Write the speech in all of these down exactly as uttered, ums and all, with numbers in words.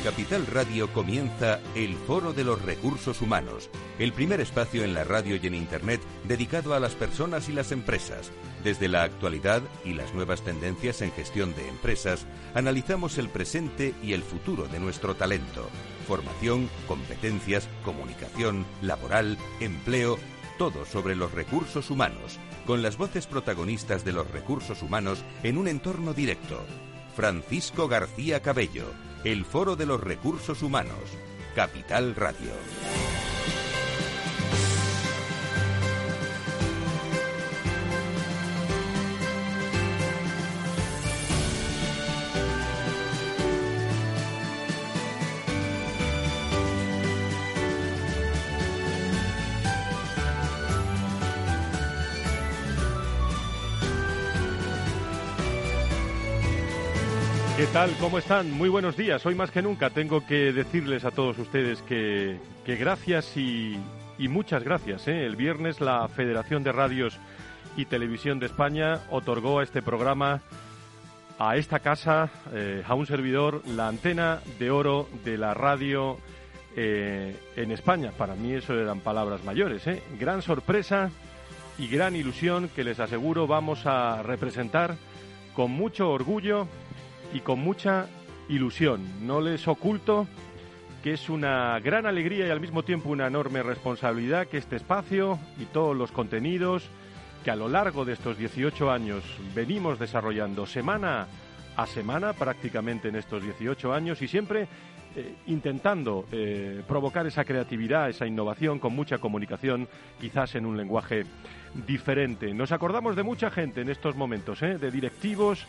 Capital Radio comienza el Foro de los Recursos Humanos, el primer espacio en la radio y en Internet dedicado a las personas y las empresas. Desde la actualidad y las nuevas tendencias en gestión de empresas, analizamos el presente y el futuro de nuestro talento. Formación, competencias, comunicación, laboral, empleo, todo sobre los recursos humanos, con las voces protagonistas de los recursos humanos en un entorno directo. Francisco García Cabello, el Foro de los Recursos Humanos, Capital Radio. ¿Qué tal? ¿Cómo están? Muy buenos días. Hoy más que nunca tengo que decirles a todos ustedes que, que gracias y, y muchas gracias, ¿eh? El viernes la Federación de Radios y Televisión de España otorgó a este programa, a esta casa, eh, a un servidor, la antena de oro de la radio eh, en España. Para mí eso eran palabras mayores, ¿eh? Gran sorpresa y gran ilusión que les aseguro vamos a representar con mucho orgullo y con mucha ilusión. No les oculto que es una gran alegría y al mismo tiempo una enorme responsabilidad que este espacio y todos los contenidos que a lo largo de estos dieciocho años venimos desarrollando semana a semana, prácticamente en estos dieciocho años, y siempre eh, intentando eh, provocar esa creatividad, esa innovación con mucha comunicación, quizás en un lenguaje diferente. Nos acordamos de mucha gente en estos momentos, ¿eh? De directivos,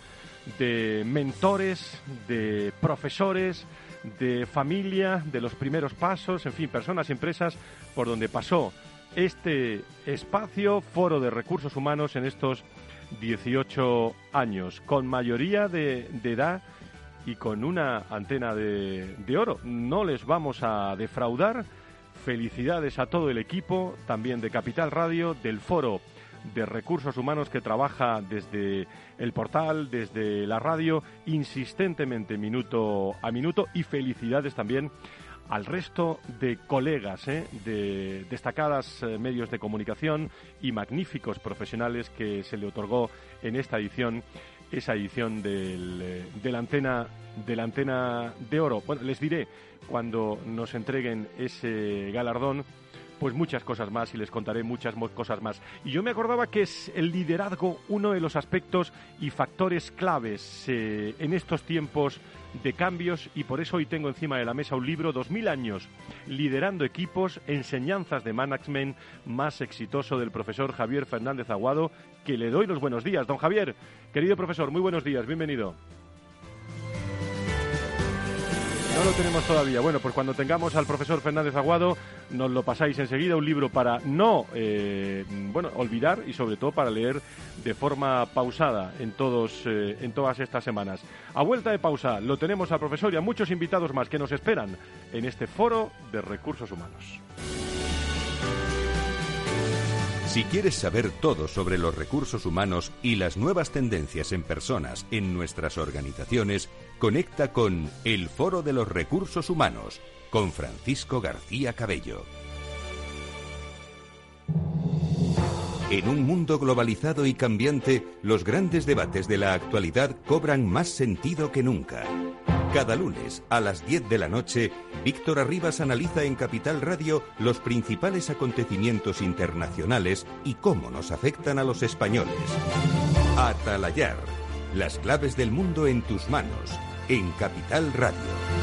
de mentores, de profesores, de familia, de los primeros pasos, en fin, personas y empresas por donde pasó este espacio, Foro de Recursos Humanos, en estos dieciocho años, con mayoría de, de edad y con una antena de, de oro. No les vamos a defraudar. Felicidades a todo el equipo, también de Capital Radio, del Foro de Recursos Humanos, que trabaja desde el portal, desde la radio, insistentemente minuto a minuto, y felicidades también al resto de colegas, ¿eh? de destacadas eh, medios de comunicación y magníficos profesionales que se le otorgó en esta edición, esa edición del, eh, de la antena de la antena de oro. Bueno, les diré cuando nos entreguen ese galardón pues muchas cosas más, y les contaré muchas cosas más. Y yo me acordaba que es el liderazgo uno de los aspectos y factores claves eh, en estos tiempos de cambios, y por eso hoy tengo encima de la mesa un libro, dos mil años liderando equipos, enseñanzas de management más exitoso, del profesor Javier Fernández Aguado, que le doy los buenos días. Don Javier, querido profesor, muy buenos días, bienvenido. No lo tenemos todavía. Bueno, pues cuando tengamos al profesor Fernández Aguado, nos lo pasáis enseguida, un libro para no eh, bueno, olvidar, y sobre todo para leer de forma pausada en, todos, eh, en todas estas semanas. A vuelta de pausa lo tenemos al profesor y a muchos invitados más que nos esperan en este Foro de Recursos Humanos. Si quieres saber todo sobre los recursos humanos y las nuevas tendencias en personas en nuestras organizaciones, conecta con el Foro de los Recursos Humanos con Francisco García Cabello. En un mundo globalizado y cambiante, los grandes debates de la actualidad cobran más sentido que nunca. Cada lunes a las diez de la noche, Víctor Arribas analiza en Capital Radio los principales acontecimientos internacionales y cómo nos afectan a los españoles. Atalayar, las claves del mundo en tus manos, en Capital Radio.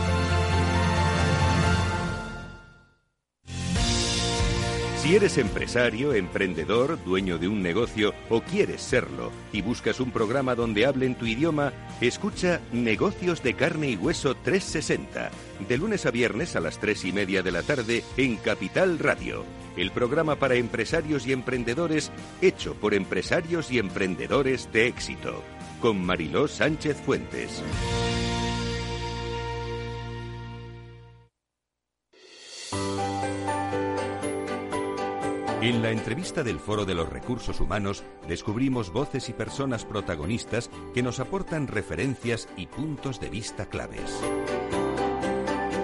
Si eres empresario, emprendedor, dueño de un negocio o quieres serlo y buscas un programa donde hablen tu idioma, escucha Negocios de Carne y Hueso trescientos sesenta, de lunes a viernes a las tres y media de la tarde en Capital Radio, el programa para empresarios y emprendedores hecho por empresarios y emprendedores de éxito, con Mariló Sánchez Fuentes. En la entrevista del Foro de los Recursos Humanos descubrimos voces y personas protagonistas que nos aportan referencias y puntos de vista claves.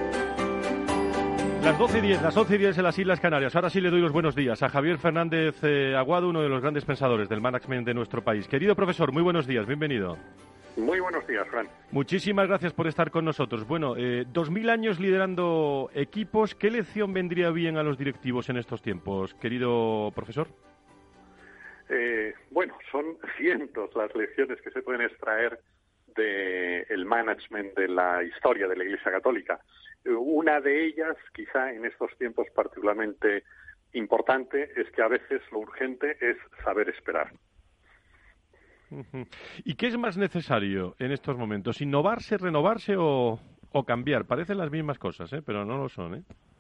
Las doce y diez, las once y diez en las Islas Canarias. Ahora sí le doy los buenos días a Javier Fernández eh, Aguado, uno de los grandes pensadores del management de nuestro país. Querido profesor, muy buenos días, bienvenido. Muy buenos días, Fran. Muchísimas gracias por estar con nosotros. Bueno, eh, dos mil años liderando equipos. ¿Qué lección vendría bien a los directivos en estos tiempos, querido profesor? Eh, bueno, son cientos las lecciones que se pueden extraer del management de la historia de la Iglesia Católica. Una de ellas, quizá en estos tiempos particularmente importante, es que a veces lo urgente es saber esperar. ¿Y qué es más necesario en estos momentos? ¿Innovarse, renovarse o, o cambiar? Parecen las mismas cosas, ¿eh? Pero no lo son, ¿eh?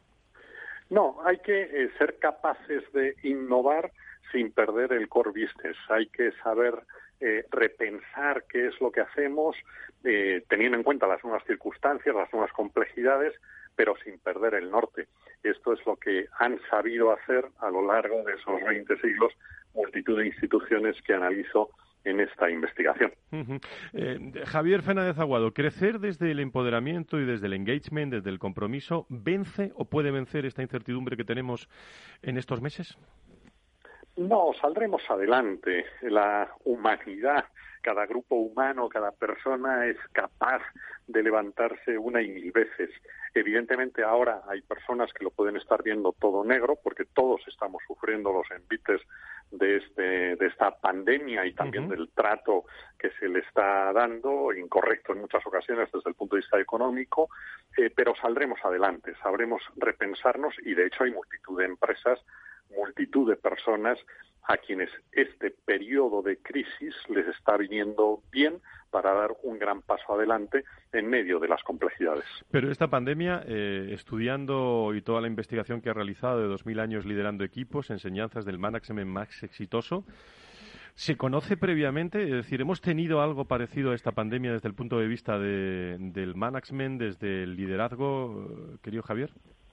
No, hay que eh, ser capaces de innovar sin perder el core business. Hay que saber eh, repensar qué es lo que hacemos, eh, teniendo en cuenta las nuevas circunstancias, las nuevas complejidades, pero sin perder el norte. Esto es lo que han sabido hacer a lo largo de esos veinte siglos multitud de instituciones que analizo en esta investigación. Uh-huh. eh, Javier Fernández Aguado, ¿crecer desde el empoderamiento y desde el engagement, desde el compromiso, vence o puede vencer esta incertidumbre que tenemos en estos meses? No, saldremos adelante. La humanidad, cada grupo humano, cada persona es capaz de levantarse una y mil veces. Evidentemente ahora hay personas que lo pueden estar viendo todo negro porque todos estamos sufriendo los envites de este de esta pandemia y también uh-huh. del trato que se le está dando, incorrecto en muchas ocasiones desde el punto de vista económico, eh, pero saldremos adelante, sabremos repensarnos y de hecho hay multitud de empresas, multitud de personas a quienes este periodo de crisis les está viniendo bien para dar un gran paso adelante en medio de las complejidades. Pero esta pandemia, eh, estudiando y toda la investigación que ha realizado de dos mil años liderando equipos, enseñanzas del management más exitoso, ¿se conoce previamente? Es decir, ¿hemos tenido algo parecido a esta pandemia desde el punto de vista de, del management, desde el liderazgo, querido Javier?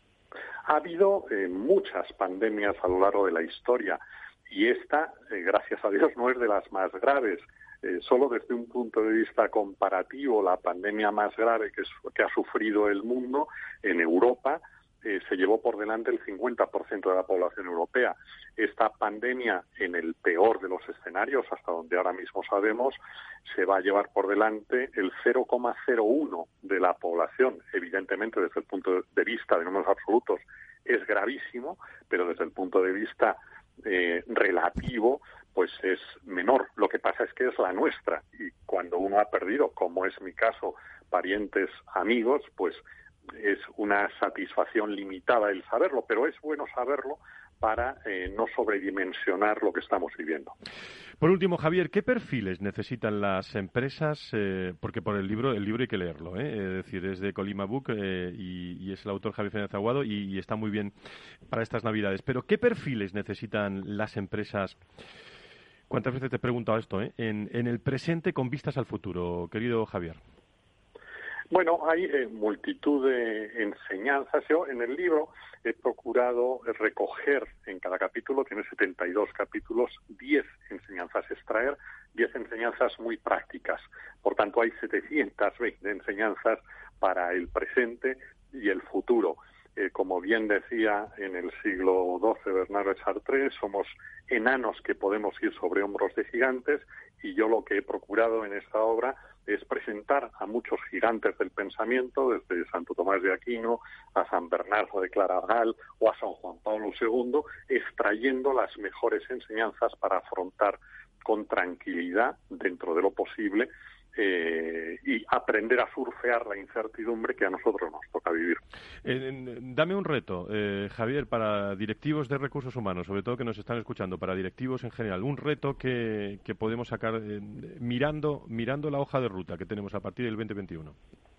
Ha habido eh, muchas pandemias a lo largo de la historia y esta, eh, gracias a Dios, no es de las más graves. Eh, solo desde un punto de vista comparativo, la pandemia más grave que, es, que ha sufrido el mundo en Europa eh, se llevó por delante el cincuenta por ciento de la población europea. Esta pandemia, en el peor de los escenarios, hasta donde ahora mismo sabemos, se va a llevar por delante el cero coma cero uno de la población. Evidentemente, desde el punto de vista de números absolutos, es gravísimo, pero desde el punto de vista eh, relativo, pues es menor. Lo que pasa es que es la nuestra y cuando uno ha perdido, como es mi caso, parientes, amigos, pues es una satisfacción limitada el saberlo, pero es bueno saberlo para eh, no sobredimensionar lo que estamos viviendo. Por último, Javier, ¿qué perfiles necesitan las empresas? Eh, porque por el libro el libro hay que leerlo, ¿eh? Es decir, es de Colima Book eh, y, y es el autor Javier Fernández Aguado y, y está muy bien para estas Navidades. Pero ¿qué perfiles necesitan las empresas? ¿Cuántas veces te he preguntado esto, eh? En, en el presente con vistas al futuro, querido Javier. Bueno, hay eh, multitud de enseñanzas. Yo en el libro he procurado recoger en cada capítulo, tiene setenta y dos capítulos, diez enseñanzas, extraer diez enseñanzas muy prácticas. Por tanto, hay setecientas veinte enseñanzas para el presente y el futuro. Eh, como bien decía en el siglo doce Bernardo de Chartres, somos enanos que podemos ir sobre hombros de gigantes y yo lo que he procurado en esta obra es presentar a muchos gigantes del pensamiento, desde Santo Tomás de Aquino a San Bernardo de Claraval o a San Juan Pablo segundo, extrayendo las mejores enseñanzas para afrontar con tranquilidad, dentro de lo posible, Eh, y aprender a surfear la incertidumbre que a nosotros nos toca vivir. Eh, dame un reto, eh, Javier, para directivos de recursos humanos, sobre todo que nos están escuchando, para directivos en general, un reto que, que podemos sacar eh, mirando, mirando la hoja de ruta que tenemos a partir del veinte veintiuno.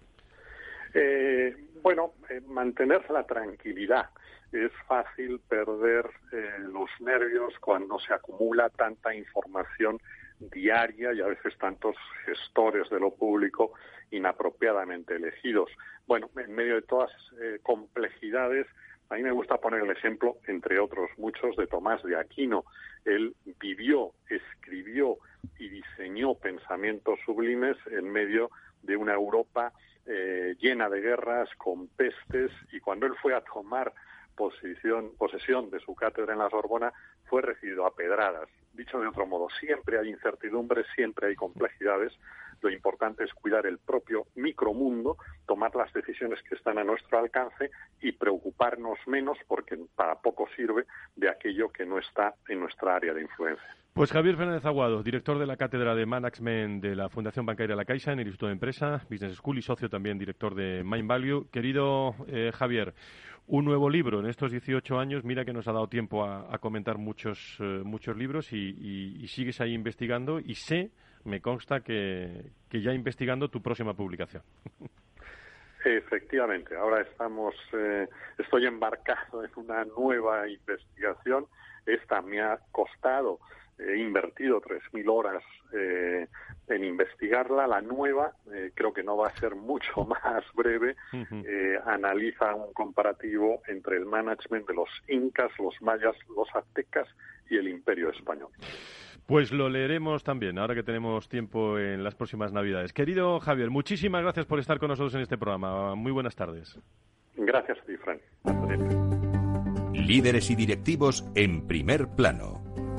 Eh, bueno, eh, mantener la tranquilidad. Es fácil perder eh, los nervios cuando se acumula tanta información diaria y a veces tantos gestores de lo público inapropiadamente elegidos. Bueno, en medio de todas eh, complejidades, a mí me gusta poner el ejemplo, entre otros muchos, de Tomás de Aquino. Él vivió, escribió y diseñó pensamientos sublimes en medio de una Europa eh, llena de guerras, con pestes, y cuando él fue a tomar posición, posesión de su cátedra en la Sorbona, fue recibido a pedradas. Dicho de otro modo, siempre hay incertidumbres, siempre hay complejidades. Lo importante es cuidar el propio micromundo, tomar las decisiones que están a nuestro alcance y preocuparnos menos, porque para poco sirve, de aquello que no está en nuestra área de influencia. Pues Javier Fernández Aguado, director de la Cátedra de Management de la Fundación Bancaria La Caixa en el Instituto de Empresa, Business School, y socio también director de Mind Value. Querido eh, Javier, un nuevo libro en estos dieciocho años. Mira que nos ha dado tiempo a, a comentar muchos eh, muchos libros y, y, y sigues ahí investigando, y sé, me consta que, que ya investigando tu próxima publicación. Efectivamente, ahora estamos, eh, estoy embarcado en una nueva investigación. Esta me ha costado, he invertido tres mil horas eh, en investigarla. La nueva, eh, creo que no va a ser mucho más breve, eh, analiza un comparativo entre el management de los incas, los mayas, los aztecas y el Imperio Español. Pues lo leeremos también, ahora que tenemos tiempo en las próximas Navidades. Querido Javier, muchísimas gracias por estar con nosotros en este programa. Muy buenas tardes. Gracias a ti, Fran. Hasta siempre. Líderes y directivos en primer plano.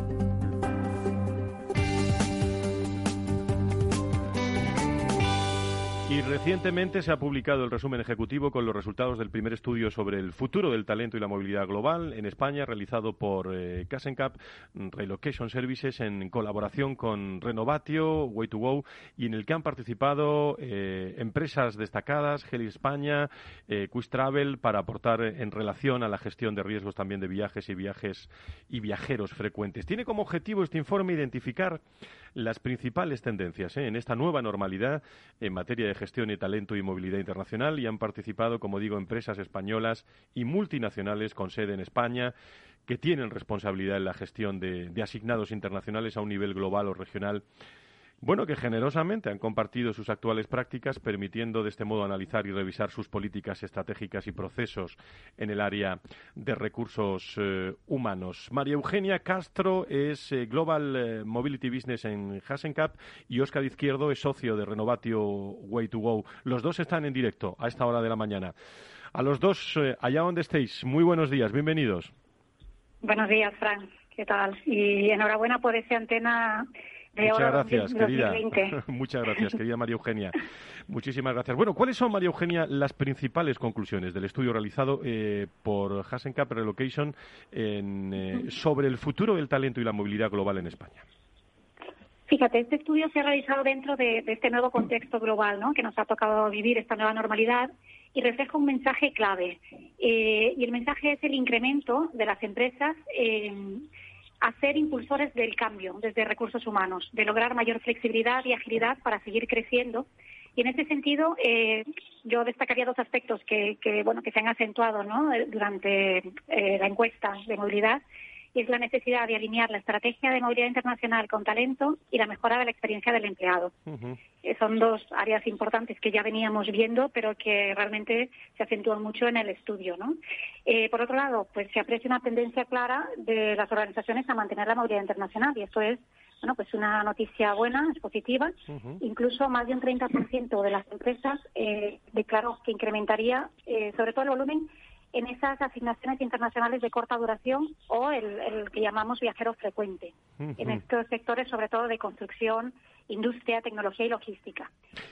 Y recientemente se ha publicado el resumen ejecutivo con los resultados del primer estudio sobre el futuro del talento y la movilidad global en España, realizado por eh, Casencap Relocation Services en colaboración con Renovatio, Way to Go, y en el que han participado eh, empresas destacadas, Heli España, eh, Quiz Travel, para aportar en relación a la gestión de riesgos también de viajes y viajes y viajeros frecuentes. Tiene como objetivo este informe identificar las principales tendencias ¿eh? en esta nueva normalidad en materia de gestión y talento y movilidad internacional, y han participado, como digo, empresas españolas y multinacionales con sede en España que tienen responsabilidad en la gestión de, de asignados internacionales a un nivel global o regional. Bueno, que generosamente han compartido sus actuales prácticas, permitiendo de este modo analizar y revisar sus políticas estratégicas y procesos en el área de recursos eh, humanos. María Eugenia Castro es eh, Global eh, Mobility Business en Hasencap, y Óscar Izquierdo es socio de Renovatio Way to Go. Los dos están en directo a esta hora de la mañana. A los dos, eh, allá donde estéis, muy buenos días, bienvenidos. Buenos días, Fran, ¿qué tal? Y enhorabuena por esa antena. Muchas gracias, querida. Muchas gracias, querida María Eugenia. Muchísimas gracias. Bueno, ¿cuáles son, María Eugenia, las principales conclusiones del estudio realizado eh, por Hasencap Relocation en, eh, sobre el futuro del talento y la movilidad global en España? Fíjate, este estudio se ha realizado dentro de, de este nuevo contexto global, ¿no?, que nos ha tocado vivir, esta nueva normalidad, y refleja un mensaje clave. Eh, y el mensaje es el incremento de las empresas eh, a ser impulsores del cambio desde recursos humanos, de lograr mayor flexibilidad y agilidad para seguir creciendo. Y en ese sentido, eh, yo destacaría dos aspectos que, que, bueno, que se han acentuado, ¿no?, durante eh, la encuesta de movilidad, y es la necesidad de alinear la estrategia de movilidad internacional con talento y la mejora de la experiencia del empleado. Uh-huh. Eh, son dos áreas importantes que ya veníamos viendo, pero que realmente se acentúan mucho en el estudio, ¿no? Eh, por otro lado, pues se aprecia una tendencia clara de las organizaciones a mantener la movilidad internacional, y esto es, bueno, pues una noticia buena, es positiva. Uh-huh. Incluso más de un treinta por ciento de las empresas eh, declaró que incrementaría, eh, sobre todo el volumen, en esas asignaciones internacionales de corta duración, o el, el que llamamos viajero frecuente, uh-huh. en estos sectores, sobre todo de construcción, industria, tecnología y logística.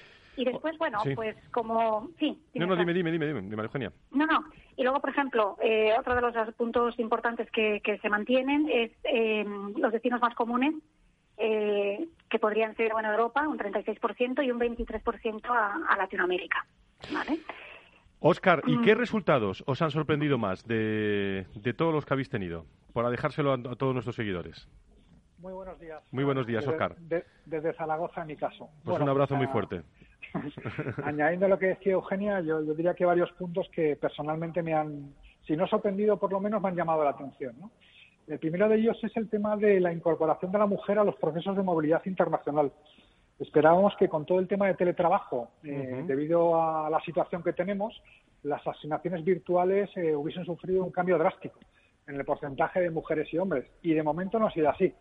Y después, bueno, sí. pues como... sí. No, no, dime, dime, dime, dime, dime, Eugenia. No, no. Y luego, por ejemplo, eh, otro de los puntos importantes que, que se mantienen es eh, los destinos más comunes, eh, que podrían ser, bueno, Europa, un treinta y seis por ciento, y un veintitrés por ciento a, a Latinoamérica, ¿vale? Óscar, ¿y qué resultados os han sorprendido más de, de todos los que habéis tenido? Para dejárselo a, a todos nuestros seguidores. Muy buenos días. Muy buenos días, desde, Óscar. De, desde Zaragoza, en mi caso. Pues bueno, un abrazo uh, muy fuerte. Añadiendo lo que decía Eugenia, yo, yo diría que varios puntos que personalmente me han, si no sorprendido, por lo menos me han llamado la atención, ¿no? El primero de ellos es el tema de la incorporación de la mujer a los procesos de movilidad internacional. Esperábamos que con todo el tema de teletrabajo, eh, uh-huh. debido a la situación que tenemos, las asignaciones virtuales eh, hubiesen sufrido un cambio drástico en el porcentaje de mujeres y hombres. Y de momento no ha sido así.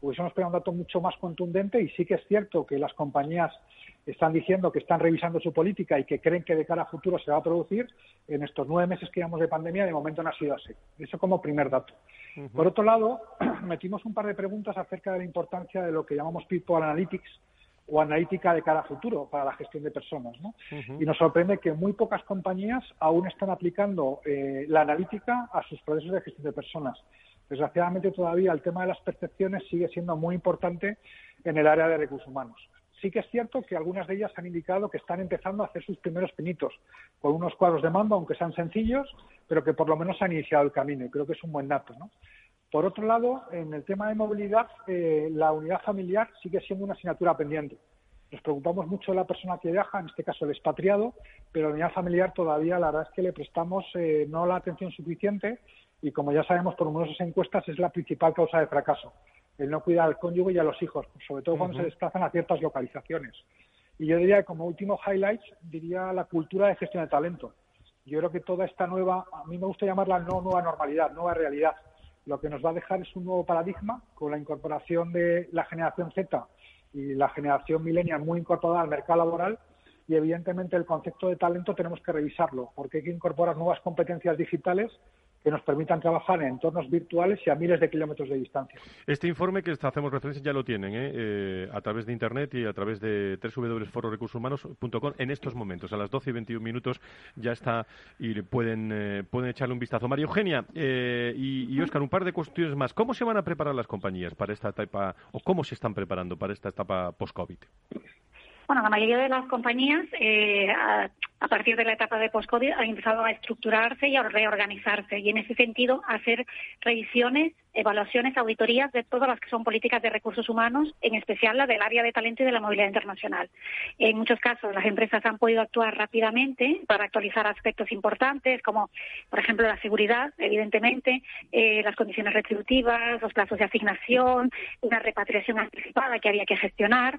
hubiésemos esperado un dato mucho más contundente, y sí que es cierto que las compañías están diciendo que están revisando su política y que creen que de cara a futuro se va a producir. En estos nueve meses que llevamos de pandemia, de momento no ha sido así. Eso como primer dato. Uh-huh. Por otro lado, metimos un par de preguntas acerca de la importancia de lo que llamamos People Analytics, o analítica de cara a futuro para la gestión de personas, ¿no? Uh-huh. Y nos sorprende que muy pocas compañías aún están aplicando eh, la analítica a sus procesos de gestión de personas. Desgraciadamente, todavía el tema de las percepciones sigue siendo muy importante en el área de recursos humanos. Sí que es cierto que algunas de ellas han indicado que están empezando a hacer sus primeros pinitos con unos cuadros de mando, aunque sean sencillos, pero que por lo menos han iniciado el camino, y creo que es un buen dato, ¿no? Por otro lado, en el tema de movilidad, eh, la unidad familiar sigue siendo una asignatura pendiente. Nos preocupamos mucho de la persona que viaja, en este caso el expatriado, pero la unidad familiar todavía la verdad es que le prestamos eh, no la atención suficiente, y como ya sabemos por numerosas encuestas es la principal causa de fracaso, el no cuidar al cónyuge y a los hijos, sobre todo cuando uh-huh. se desplazan a ciertas localizaciones. Y yo diría que como último highlight, diría la cultura de gestión de talento. Yo creo que toda esta nueva, a mí me gusta llamarla no nueva normalidad, nueva realidad, lo que nos va a dejar es un nuevo paradigma con la incorporación de la generación Z y la generación millennial muy incorporada al mercado laboral, y evidentemente el concepto de talento tenemos que revisarlo porque hay que incorporar nuevas competencias digitales que nos permitan trabajar en entornos virtuales y a miles de kilómetros de distancia. Este informe que hacemos referencia ya lo tienen ¿eh? Eh, a través de Internet y a través de doble u doble u doble u punto foro recursos humanos punto com en estos momentos. A las doce y veintiún minutos ya está y pueden, eh, pueden echarle un vistazo. María Eugenia eh, y, y Óscar, un par de cuestiones más. ¿Cómo se van a preparar las compañías para esta etapa, o cómo se están preparando para esta etapa post-COVID? Bueno, la mayoría de las compañías, eh, a, a partir de la etapa de post-COVID, han empezado a estructurarse y a reorganizarse, y en ese sentido a hacer revisiones, evaluaciones, auditorías de todas las que son políticas de recursos humanos, en especial la del área de talento y de la movilidad internacional. En muchos casos las empresas han podido actuar rápidamente para actualizar aspectos importantes, como por ejemplo la seguridad, evidentemente, eh, las condiciones retributivas, los plazos de asignación, una repatriación anticipada que había que gestionar.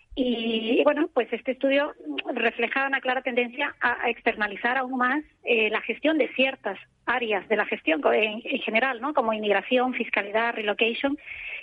Y, bueno, pues este estudio refleja una clara tendencia a, a externalizar aún más eh, la gestión de ciertas áreas de la gestión en, en general, ¿no? Como inmigración, fiscalidad, relocation.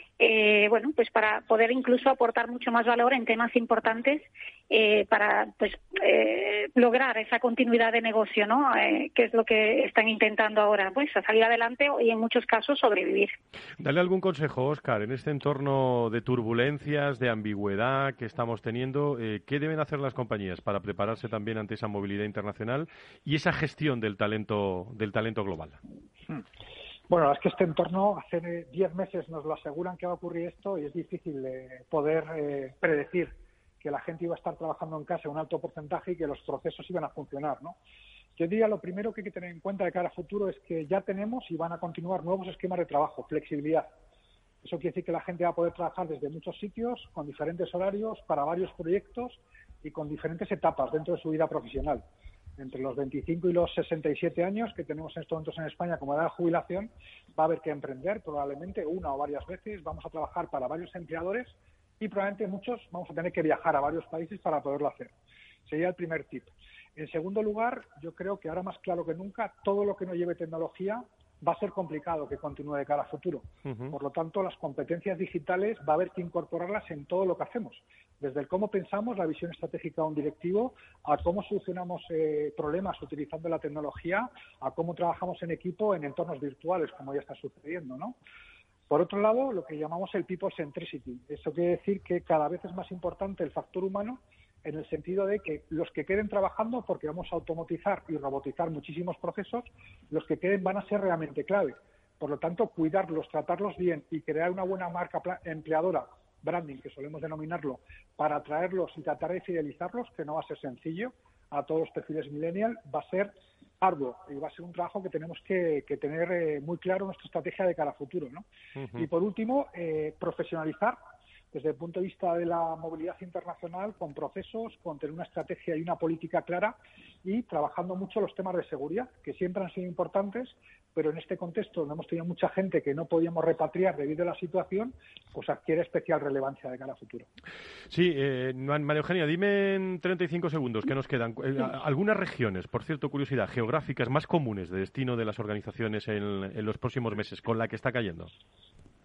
Eh, bueno, pues para poder incluso aportar mucho más valor en temas importantes eh, para pues eh, lograr esa continuidad de negocio, ¿no? Eh, que es lo que están intentando ahora, pues a salir adelante y en muchos casos sobrevivir. Dale algún consejo, Óscar, en este entorno de turbulencias, de ambigüedad que estamos teniendo, eh, ¿qué deben hacer las compañías para prepararse también ante esa movilidad internacional y esa gestión del talento del talento global? Hmm. Bueno, es que este entorno, hace diez meses nos lo aseguran que va a ocurrir esto, y es difícil eh, poder eh, predecir que la gente iba a estar trabajando en casa un alto porcentaje y que los procesos iban a funcionar, ¿no? Yo diría lo primero que hay que tener en cuenta de cara a futuro es que ya tenemos y van a continuar nuevos esquemas de trabajo, flexibilidad. Eso quiere decir que la gente va a poder trabajar desde muchos sitios, con diferentes horarios, para varios proyectos y con diferentes etapas dentro de su vida profesional. Entre los veinticinco y los sesenta y siete años que tenemos en estos momentos en España como edad de jubilación, va a haber que emprender probablemente una o varias veces, vamos a trabajar para varios empleadores y probablemente muchos vamos a tener que viajar a varios países para poderlo hacer. Sería el primer tip. En segundo lugar, yo creo que ahora más claro que nunca, todo lo que no lleve tecnología va a ser complicado que continúe de cara a futuro. Uh-huh. Por lo tanto, las competencias digitales va a haber que incorporarlas en todo lo que hacemos. Desde el cómo pensamos la visión estratégica de un directivo, a cómo solucionamos eh, problemas utilizando la tecnología, a cómo trabajamos en equipo en entornos virtuales, como ya está sucediendo, ¿no? Por otro lado, lo que llamamos el people centricity. Eso quiere decir que cada vez es más importante el factor humano, en el sentido de que los que queden trabajando, porque vamos a automatizar y robotizar muchísimos procesos, los que queden van a ser realmente clave. Por lo tanto, cuidarlos, tratarlos bien y crear una buena marca empleadora, branding, que solemos denominarlo, para atraerlos y tratar de fidelizarlos, que no va a ser sencillo, a todos los perfiles millennial, va a ser arduo y va a ser un trabajo que tenemos que, que tener eh, muy claro nuestra estrategia de cara a futuro, ¿no? Uh-huh. Y por último, eh, profesionalizar desde el punto de vista de la movilidad internacional, con procesos, con tener una estrategia y una política clara y trabajando mucho los temas de seguridad, que siempre han sido importantes, pero en este contexto donde hemos tenido mucha gente que no podíamos repatriar debido a la situación, pues adquiere especial relevancia de cara a futuro. Sí, eh, María Eugenia, dime en treinta y cinco segundos que nos quedan. Eh, algunas regiones, por cierto, curiosidad, geográficas más comunes de destino de las organizaciones en, en los próximos meses, con la que está cayendo.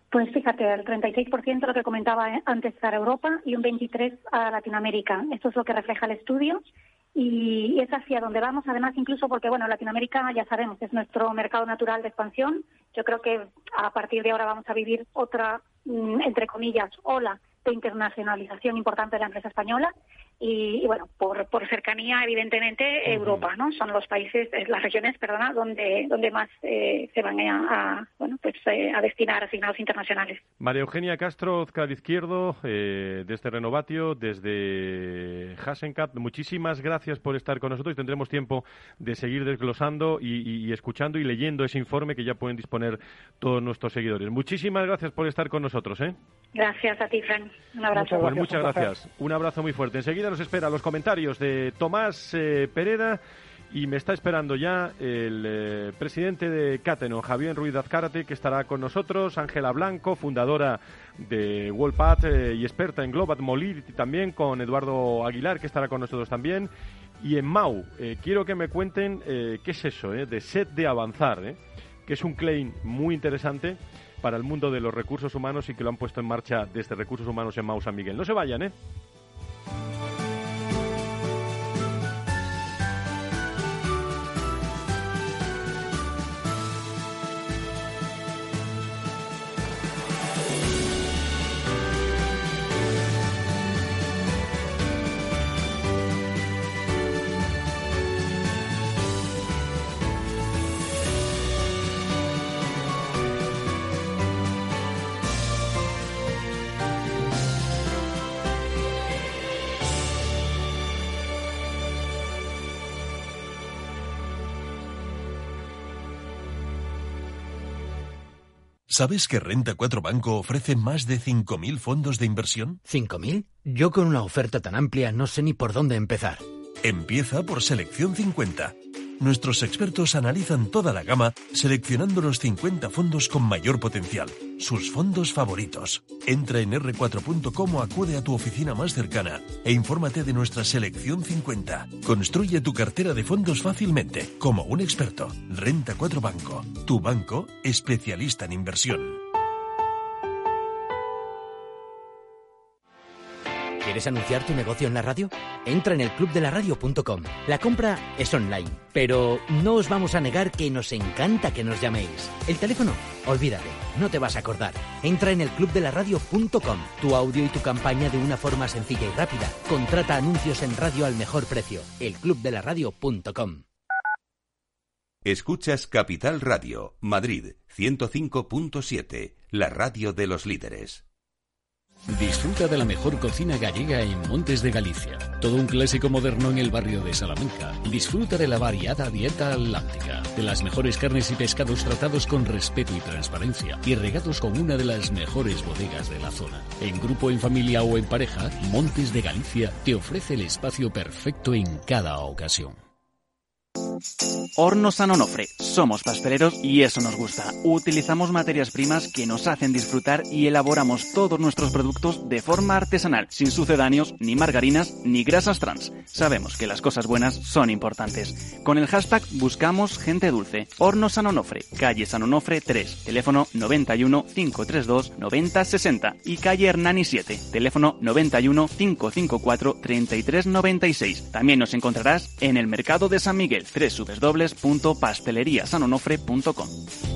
Pues fíjate, el treinta y seis por ciento lo que comentaba antes para Europa y un veintitrés por ciento a Latinoamérica. Esto es lo que refleja el estudio y es hacia donde vamos, además incluso porque, bueno, Latinoamérica ya sabemos, es nuestro mercado natural de expansión. Yo creo que a partir de ahora vamos a vivir otra, entre comillas, ola de internacionalización importante de la empresa española y, y bueno, por, por cercanía, evidentemente, uh-huh. Europa, ¿no? Son los países, las regiones, perdona, donde donde más eh, se van a, a bueno, pues eh, a destinar asignados internacionales. María Eugenia Castro, Óscar Izquierdo, eh, desde Renovatio, desde Hasenkat, muchísimas gracias por estar con nosotros y tendremos tiempo de seguir desglosando y, y, y escuchando y leyendo ese informe que ya pueden disponer todos nuestros seguidores. Muchísimas gracias por estar con nosotros, ¿eh? Gracias a ti, Frank. Un abrazo. Pues muchas gracias. Un abrazo muy fuerte. Enseguida nos espera los comentarios de Tomás eh, Pereda y me está esperando ya el eh, presidente de Cateno, Javier Ruiz de Azcárate, que estará con nosotros, Ángela Blanco, fundadora de WorldPath eh, y experta en Global Mobility también, con Eduardo Aguilar, que estará con nosotros también. Y en Mau, eh, quiero que me cuenten eh, qué es eso, eh, de Set de Avanzar, eh, que es un claim muy interesante para el mundo de los recursos humanos y que lo han puesto en marcha desde Recursos Humanos en Mau San Miguel. No se vayan, ¿eh? ¿Sabes que Renta cuatro Banco ofrece más de cinco mil fondos de inversión? ¿cinco mil? Yo con una oferta tan amplia no sé ni por dónde empezar. Empieza por Selección cincuenta. Nuestros expertos analizan toda la gama, seleccionando los cincuenta fondos con mayor potencial, sus fondos favoritos. Entra en erre cuatro punto com o acude a tu oficina más cercana e infórmate de nuestra Selección cincuenta. Construye tu cartera de fondos fácilmente, como un experto. Renta cuatro Banco, tu banco especialista en inversión. ¿Quieres anunciar tu negocio en la radio? Entra en el club de la radio punto com. La compra es online, pero no os vamos a negar que nos encanta que nos llaméis. El teléfono, olvídate, no te vas a acordar. Entra en el club de la radio punto com. Tu audio y tu campaña de una forma sencilla y rápida. Contrata anuncios en radio al mejor precio. el club de la radio punto com. Escuchas Capital Radio, Madrid, ciento cinco punto siete, la radio de los líderes. Disfruta de la mejor cocina gallega en Montes de Galicia. Todo un clásico moderno en el barrio de Salamanca. Disfruta de la variada dieta atlántica, de las mejores carnes y pescados tratados con respeto y transparencia y regados con una de las mejores bodegas de la zona. En grupo, en familia o en pareja, Montes de Galicia te ofrece el espacio perfecto en cada ocasión. Hornos San Onofre. Somos pasteleros y eso nos gusta. Utilizamos materias primas que nos hacen disfrutar y elaboramos todos nuestros productos de forma artesanal, sin sucedáneos, ni margarinas, ni grasas trans. Sabemos que las cosas buenas son importantes. Con el hashtag buscamos gente dulce. Hornos San Onofre, calle San Onofre tres, teléfono noventa y uno, cinco treinta y dos, noventa sesenta y calle Hernani siete, teléfono noventa y uno, cinco cincuenta y cuatro, treinta y tres noventa y seis. También nos encontrarás en el mercado de San Miguel, doble u doble u doble u punto pastelería san onofre punto com.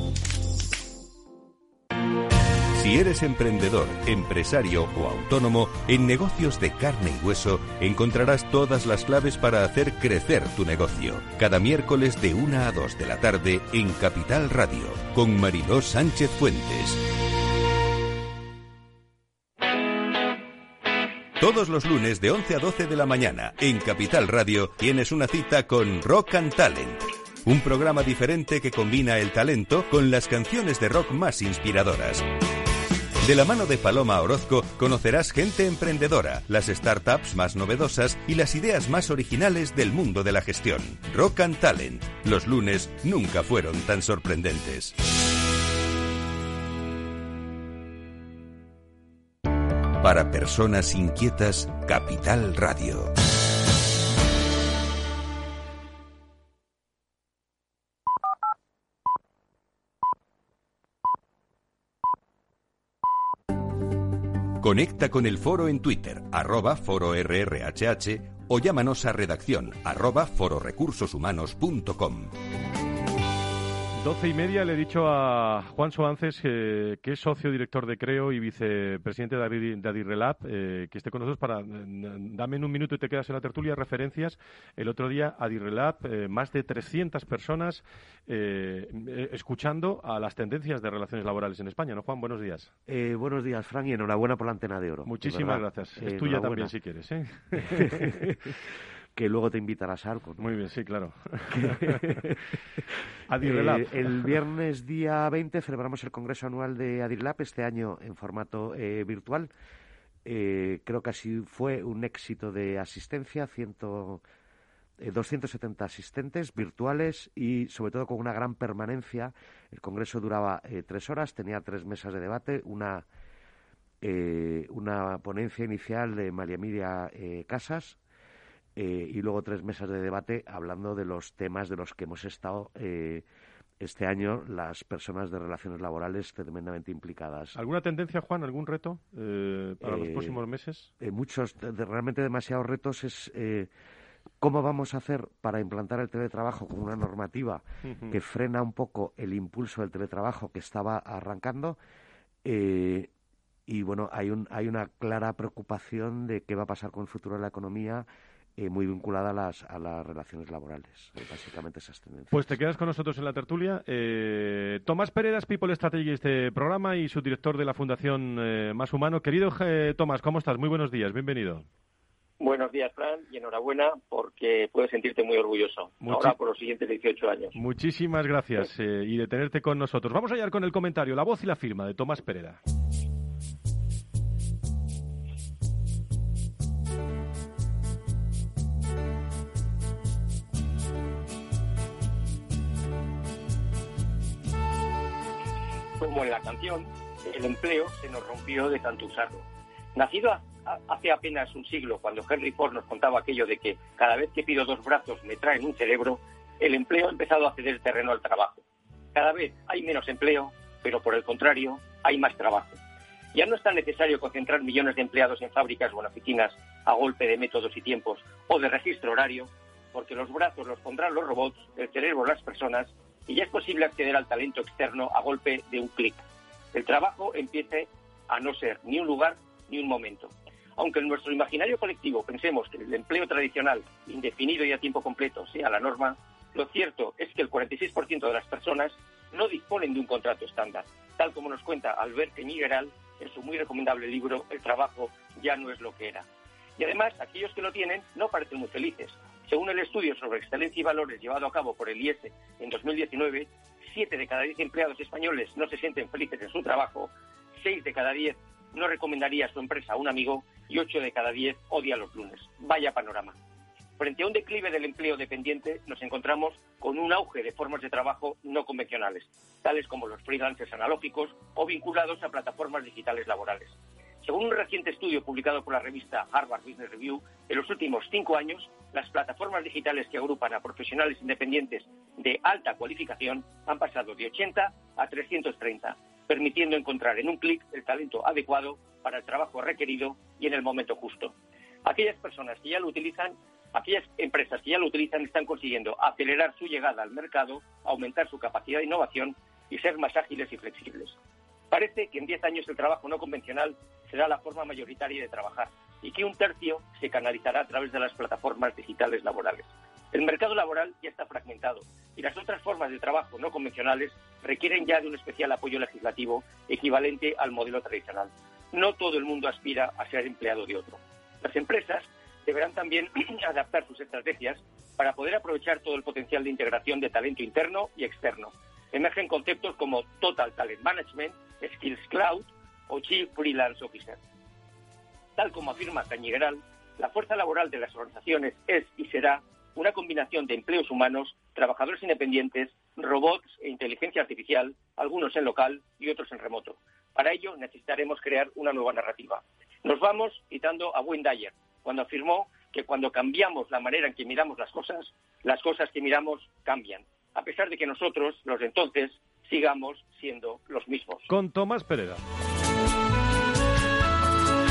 Si eres emprendedor, empresario o autónomo, en Negocios de Carne y Hueso encontrarás todas las claves para hacer crecer tu negocio. Cada miércoles de una a dos de la tarde en Capital Radio, con Mariló Sánchez Fuentes. Todos los lunes de once a doce de la mañana en Capital Radio tienes una cita con Rock and Talent, un programa diferente que combina el talento con las canciones de rock más inspiradoras. De la mano de Paloma Orozco conocerás gente emprendedora, las startups más novedosas y las ideas más originales del mundo de la gestión. Rock and Talent. Los lunes nunca fueron tan sorprendentes. Para personas inquietas, Capital Radio. Conecta con el foro en Twitter, arroba foro R R H H, o llámanos a redacción, arroba fororecursoshumanos punto com. Doce y media le he dicho a Juan Soances, eh, que es socio director de Creo y vicepresidente de, Adir, de Adirrelab, eh, que esté con nosotros para, eh, dame en un minuto y te quedas en la tertulia, referencias. El otro día Adirrelab, eh, más de trescientas personas eh, eh, escuchando a las tendencias de relaciones laborales en España, ¿no, Juan? Buenos días. Eh, buenos días, Fran, y enhorabuena por la Antena de Oro. Muchísimas gracias. Es eh, tuya también, si quieres, ¿eh? Que luego te invitarás a algo, ¿no? Muy bien, sí, claro. Adirrelab. Eh, el viernes día veinte celebramos el Congreso Anual de Adirrelab, este año en formato eh, virtual. Eh, creo que así fue un éxito de asistencia, ciento, eh, doscientos setenta asistentes virtuales y sobre todo con una gran permanencia. El Congreso duraba eh, tres horas, tenía tres mesas de debate, una, eh, una ponencia inicial de María Emilia eh, Casas, Eh, y luego tres mesas de debate hablando de los temas de los que hemos estado eh, este año las personas de relaciones laborales tremendamente implicadas. ¿Alguna tendencia, Juan? ¿Algún reto eh, para eh, los próximos meses? Eh, muchos, de, realmente demasiados retos. Es eh, cómo vamos a hacer para implantar el teletrabajo con una normativa uh-huh. que frena un poco el impulso del teletrabajo que estaba arrancando. Eh, y bueno, hay, un, hay una clara preocupación de qué va a pasar con el futuro de la economía, Eh, muy vinculada a las, a las relaciones laborales, eh, básicamente esas tendencias. Pues te quedas con nosotros en la tertulia. Eh, Tomás Peredas, People Strategy de este programa y subdirector de la Fundación eh, Más Humano. Querido eh, Tomás, ¿cómo estás? Muy buenos días, bienvenido. Buenos días, Fran, y enhorabuena porque puedes sentirte muy orgulloso Muchi- ahora por los siguientes dieciocho años. Muchísimas gracias sí. eh, y de tenerte con nosotros. Vamos a hallar con el comentario, la voz y la firma de Tomás Peredas. Como en la canción, el empleo se nos rompió de tanto usarlo. Nacido a, a, hace apenas un siglo, cuando Henry Ford nos contaba aquello de que cada vez que pido dos brazos me traen un cerebro, el empleo ha empezado a ceder terreno al trabajo. Cada vez hay menos empleo, pero por el contrario, hay más trabajo. Ya no es tan necesario concentrar millones de empleados en fábricas o en oficinas a golpe de métodos y tiempos o de registro horario, porque los brazos los pondrán los robots, el cerebro las personas, y ya es posible acceder al talento externo a golpe de un clic. El trabajo empiece a no ser ni un lugar ni un momento. Aunque en nuestro imaginario colectivo pensemos que el empleo tradicional, indefinido y a tiempo completo, sea la norma, lo cierto es que el cuarenta y seis por ciento de las personas no disponen de un contrato estándar, tal como nos cuenta Albert Cañigueral en su muy recomendable libro El trabajo ya no es lo que era. Y además, aquellos que lo tienen no parecen muy felices. Según el estudio sobre excelencia y valores llevado a cabo por el I E S E en dos mil diecinueve, siete de cada diez empleados españoles no se sienten felices en su trabajo, seis de cada diez no recomendaría a su empresa a un amigo y ocho de cada diez odia los lunes. Vaya panorama. Frente a un declive del empleo dependiente, nos encontramos con un auge de formas de trabajo no convencionales, tales como los freelancers analógicos o vinculados a plataformas digitales laborales. Según un reciente estudio publicado por la revista Harvard Business Review, en los últimos cinco años, las plataformas digitales que agrupan a profesionales independientes de alta cualificación han pasado de ochenta a trescientos treinta, permitiendo encontrar en un clic el talento adecuado para el trabajo requerido y en el momento justo. Aquellas personas que ya lo utilizan, aquellas empresas que ya lo utilizan están consiguiendo acelerar su llegada al mercado, aumentar su capacidad de innovación y ser más ágiles y flexibles. Parece que en diez años el trabajo no convencional será la forma mayoritaria de trabajar y que un tercio se canalizará a través de las plataformas digitales laborales. El mercado laboral ya está fragmentado y las otras formas de trabajo no convencionales requieren ya de un especial apoyo legislativo equivalente al modelo tradicional. No todo el mundo aspira a ser empleado de otro. Las empresas deberán también adaptar sus estrategias para poder aprovechar todo el potencial de integración de talento interno y externo. Emergen conceptos como Total Talent Management, Skills Cloud o Chief Freelance Officer. Tal como afirma Cañigueral, la fuerza laboral de las organizaciones es y será una combinación de empleos humanos, trabajadores independientes, robots e inteligencia artificial, algunos en local y otros en remoto. Para ello necesitaremos crear una nueva narrativa. Nos vamos citando a Wayne Dyer, cuando afirmó que cuando cambiamos la manera en que miramos las cosas, las cosas que miramos cambian, a pesar de que nosotros, los de entonces, sigamos siendo los mismos. Con Tomás Peredas.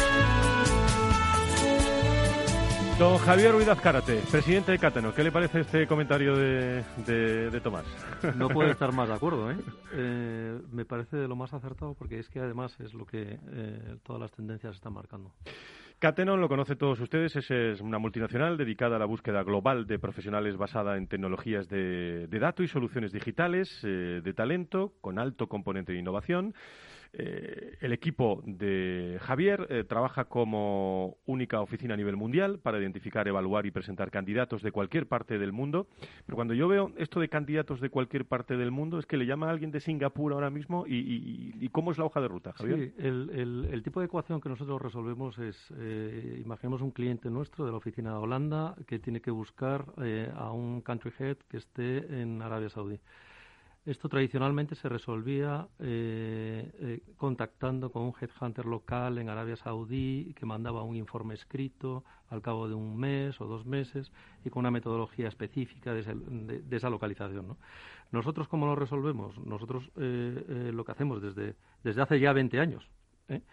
Don Javier Ruiz Azcárate, presidente de Catenon, ¿qué le parece este comentario de, de, de Tomás? No puedo estar más de acuerdo, ¿eh? Eh, me parece de lo más acertado porque es que además es lo que eh, todas las tendencias están marcando. Catenon, lo conocen todos ustedes, es, es una multinacional dedicada a la búsqueda global de profesionales basada en tecnologías de, de datos y soluciones digitales, eh, de talento, con alto componente de innovación. Eh, el equipo de Javier eh, trabaja como única oficina a nivel mundial para identificar, evaluar y presentar candidatos de cualquier parte del mundo. Pero cuando yo veo esto de candidatos de cualquier parte del mundo, es que le llama a alguien de Singapur ahora mismo y, y, y ¿cómo es la hoja de ruta, Javier? Sí, el, el, el tipo de ecuación que nosotros resolvemos es, eh, imaginemos un cliente nuestro de la oficina de Holanda que tiene que buscar eh, a un country head que esté en Arabia Saudí. Esto tradicionalmente se resolvía eh, eh, contactando con un headhunter local en Arabia Saudí que mandaba un informe escrito al cabo de un mes o dos meses y con una metodología específica de, ese, de, de esa localización, ¿no? Nosotros, ¿cómo lo resolvemos? Nosotros eh, eh, lo que hacemos desde, desde hace ya veinte años, ¿eh?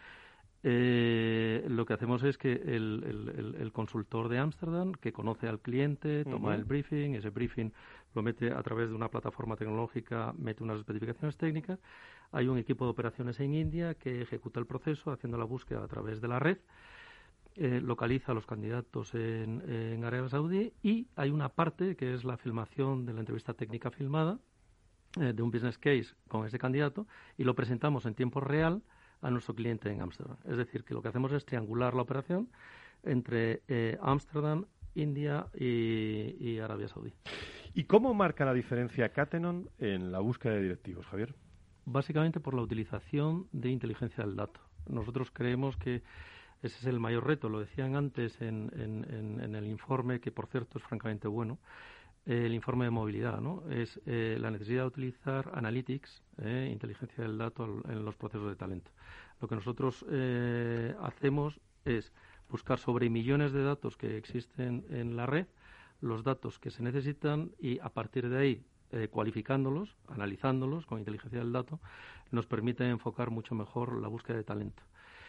Eh, lo que hacemos es que el, el, el, el consultor de Ámsterdam, que conoce al cliente, toma uh-huh. el briefing, ese briefing lo mete a través de una plataforma tecnológica, mete unas especificaciones técnicas. Hay un equipo de operaciones en India que ejecuta el proceso haciendo la búsqueda a través de la red, eh, localiza a los candidatos en, en Arabia Saudí y hay una parte que es la filmación de la entrevista técnica filmada eh, de un business case con ese candidato y lo presentamos en tiempo real a nuestro cliente en Ámsterdam. Es decir, que lo que hacemos es triangular la operación entre eh, Ámsterdam, India y, y Arabia Saudí. ¿Y cómo marca la diferencia Catenon en la búsqueda de directivos, Javier? Básicamente por la utilización de inteligencia del dato. Nosotros creemos que ese es el mayor reto. Lo decían antes en, en, en, en el informe, que por cierto es francamente bueno, el informe de movilidad, ¿no? Es eh, la necesidad de utilizar analytics, eh, inteligencia del dato, en los procesos de talento. Lo que nosotros eh, hacemos es buscar sobre millones de datos que existen en la red, los datos que se necesitan y a partir de ahí, eh, cualificándolos, analizándolos con inteligencia del dato, nos permite enfocar mucho mejor la búsqueda de talento.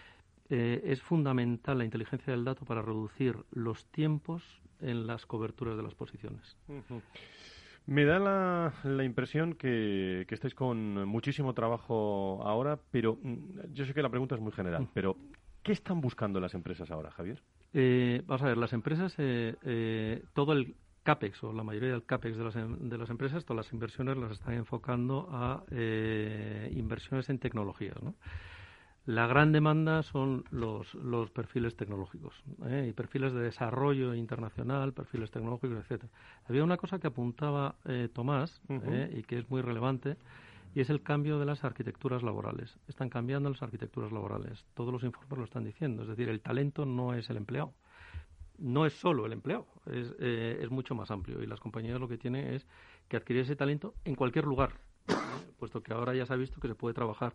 Eh, es fundamental la inteligencia del dato para reducir los tiempos en las coberturas de las posiciones. Uh-huh. Me da la, la impresión que, que estáis con muchísimo trabajo ahora, pero yo sé que la pregunta es muy general, uh-huh. pero ¿qué están buscando las empresas ahora, Javier? Eh, vamos a ver, las empresas, eh, eh, todo el CAPEX o la mayoría del CAPEX de las, de las empresas, todas las inversiones las están enfocando a eh, inversiones en tecnologías, ¿no? La gran demanda son los, los perfiles tecnológicos, ¿eh? y perfiles de desarrollo internacional, perfiles tecnológicos, etcétera. Había una cosa que apuntaba eh, Tomás uh-huh. ¿eh? y que es muy relevante, y es el cambio de las arquitecturas laborales. Están cambiando las arquitecturas laborales. Todos los informes lo están diciendo. Es decir, el talento no es el empleado. No es solo el empleado, es, eh, es mucho más amplio. Y las compañías lo que tienen es que adquirir ese talento en cualquier lugar, ¿eh? puesto que ahora ya se ha visto que se puede trabajar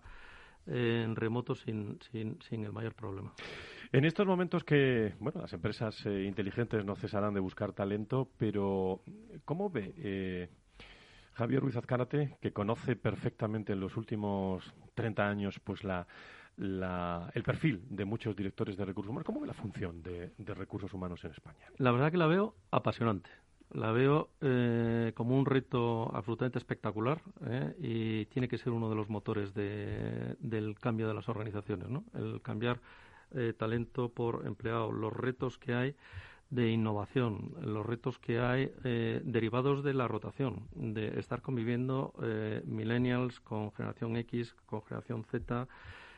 en remoto sin, sin, sin el mayor problema. En estos momentos que, bueno, las empresas eh, inteligentes no cesarán de buscar talento, pero ¿cómo ve eh, Javier Ruiz Azcárate, que conoce perfectamente en los últimos treinta años pues la, la, el perfil de muchos directores de recursos humanos? ¿Cómo ve la función de, de recursos humanos en España? La verdad que la veo apasionante. La veo eh, como un reto absolutamente espectacular ¿eh? y tiene que ser uno de los motores de, del cambio de las organizaciones, ¿no? El cambiar eh, talento por empleado, los retos que hay de innovación, los retos que hay eh, derivados de la rotación, de estar conviviendo eh, millennials con generación X, con generación Z,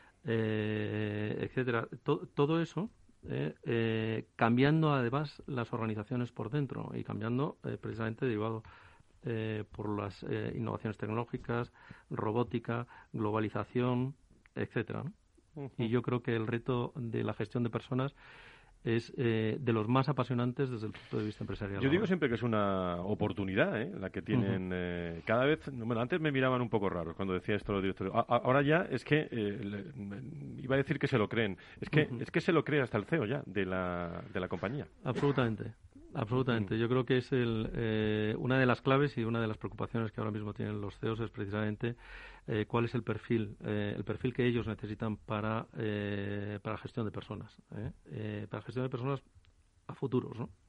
eh, etcétera. To- todo eso Eh, eh, cambiando además las organizaciones por dentro y cambiando eh, precisamente derivado eh, por las eh, innovaciones tecnológicas, robótica, globalización, etcétera, ¿no? Uh-huh. Y yo creo que el reto de la gestión de personas es eh, de los más apasionantes desde el punto de vista empresarial. Yo digo siempre que es una oportunidad ¿eh? la que tienen. Uh-huh. eh, cada vez, bueno, antes me miraban un poco raros cuando decía esto los directores. A, a, ahora ya es que, eh, le, iba a decir que se lo creen, es que uh-huh. es que se lo cree hasta el C E O ya de la, de la compañía. Absolutamente. Absolutamente. Uh-huh. Yo creo que es el, eh, una de las claves y una de las preocupaciones que ahora mismo tienen los C E Os es precisamente eh, cuál es el perfil, eh, el perfil que ellos necesitan para, eh, para gestión de personas. ¿eh? Eh, para gestión de personas a futuros, ¿no?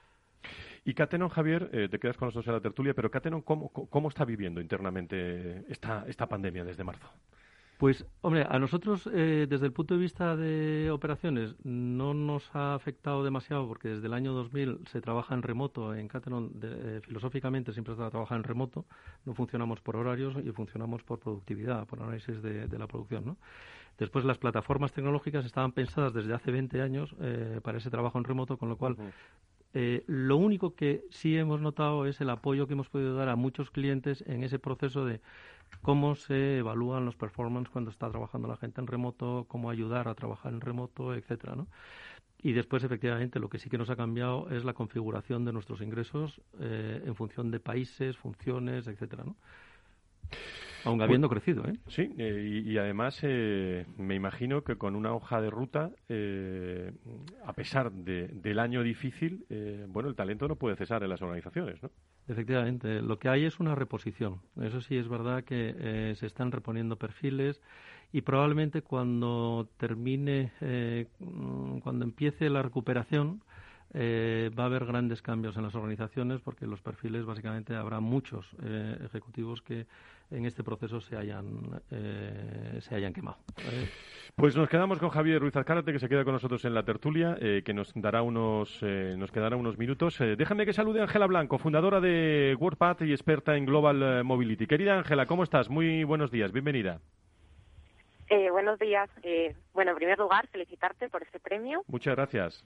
Y Catenon, Javier, eh, te quedas con nosotros en la tertulia, pero Catenon, ¿cómo, cómo está viviendo internamente esta, esta pandemia desde marzo? Pues, hombre, a nosotros, eh, desde el punto de vista de operaciones, no nos ha afectado demasiado porque desde el año dos mil se trabaja en remoto. En Catenon, de, eh, filosóficamente, siempre se trabaja en remoto. No funcionamos por horarios y funcionamos por productividad, por análisis de, de la producción, ¿no? Después, las plataformas tecnológicas estaban pensadas desde hace veinte años eh, para ese trabajo en remoto, con lo cual... Uh-huh. Eh, lo único que sí hemos notado es el apoyo que hemos podido dar a muchos clientes en ese proceso de cómo se evalúan los performance cuando está trabajando la gente en remoto, cómo ayudar a trabajar en remoto, etcétera, ¿no? Y después, efectivamente, lo que sí que nos ha cambiado es la configuración de nuestros ingresos eh, en función de países, funciones, etcétera, ¿no? Aún habiendo pues, crecido, ¿eh? Sí, eh, y, y además eh, me imagino que con una hoja de ruta, eh, a pesar de, del año difícil, eh, bueno, el talento no puede cesar en las organizaciones, ¿no? Efectivamente, lo que hay es una reposición. Eso sí es verdad que eh, se están reponiendo perfiles y probablemente cuando termine, eh, cuando empiece la recuperación, Eh, va a haber grandes cambios en las organizaciones porque los perfiles, básicamente, habrá muchos eh, ejecutivos que en este proceso se hayan eh, se hayan quemado. ¿Vale? Pues nos quedamos con Javier Ruiz Azcárate, que se queda con nosotros en la tertulia, eh, que nos dará unos eh, nos quedará unos minutos. Eh, déjame que salude a Ángela Blanco, fundadora de WorkPath y experta en Global Mobility. Querida Ángela, ¿cómo estás? Muy buenos días, bienvenida. Eh, buenos días. Eh, bueno, en primer lugar, felicitarte por este premio. Muchas gracias.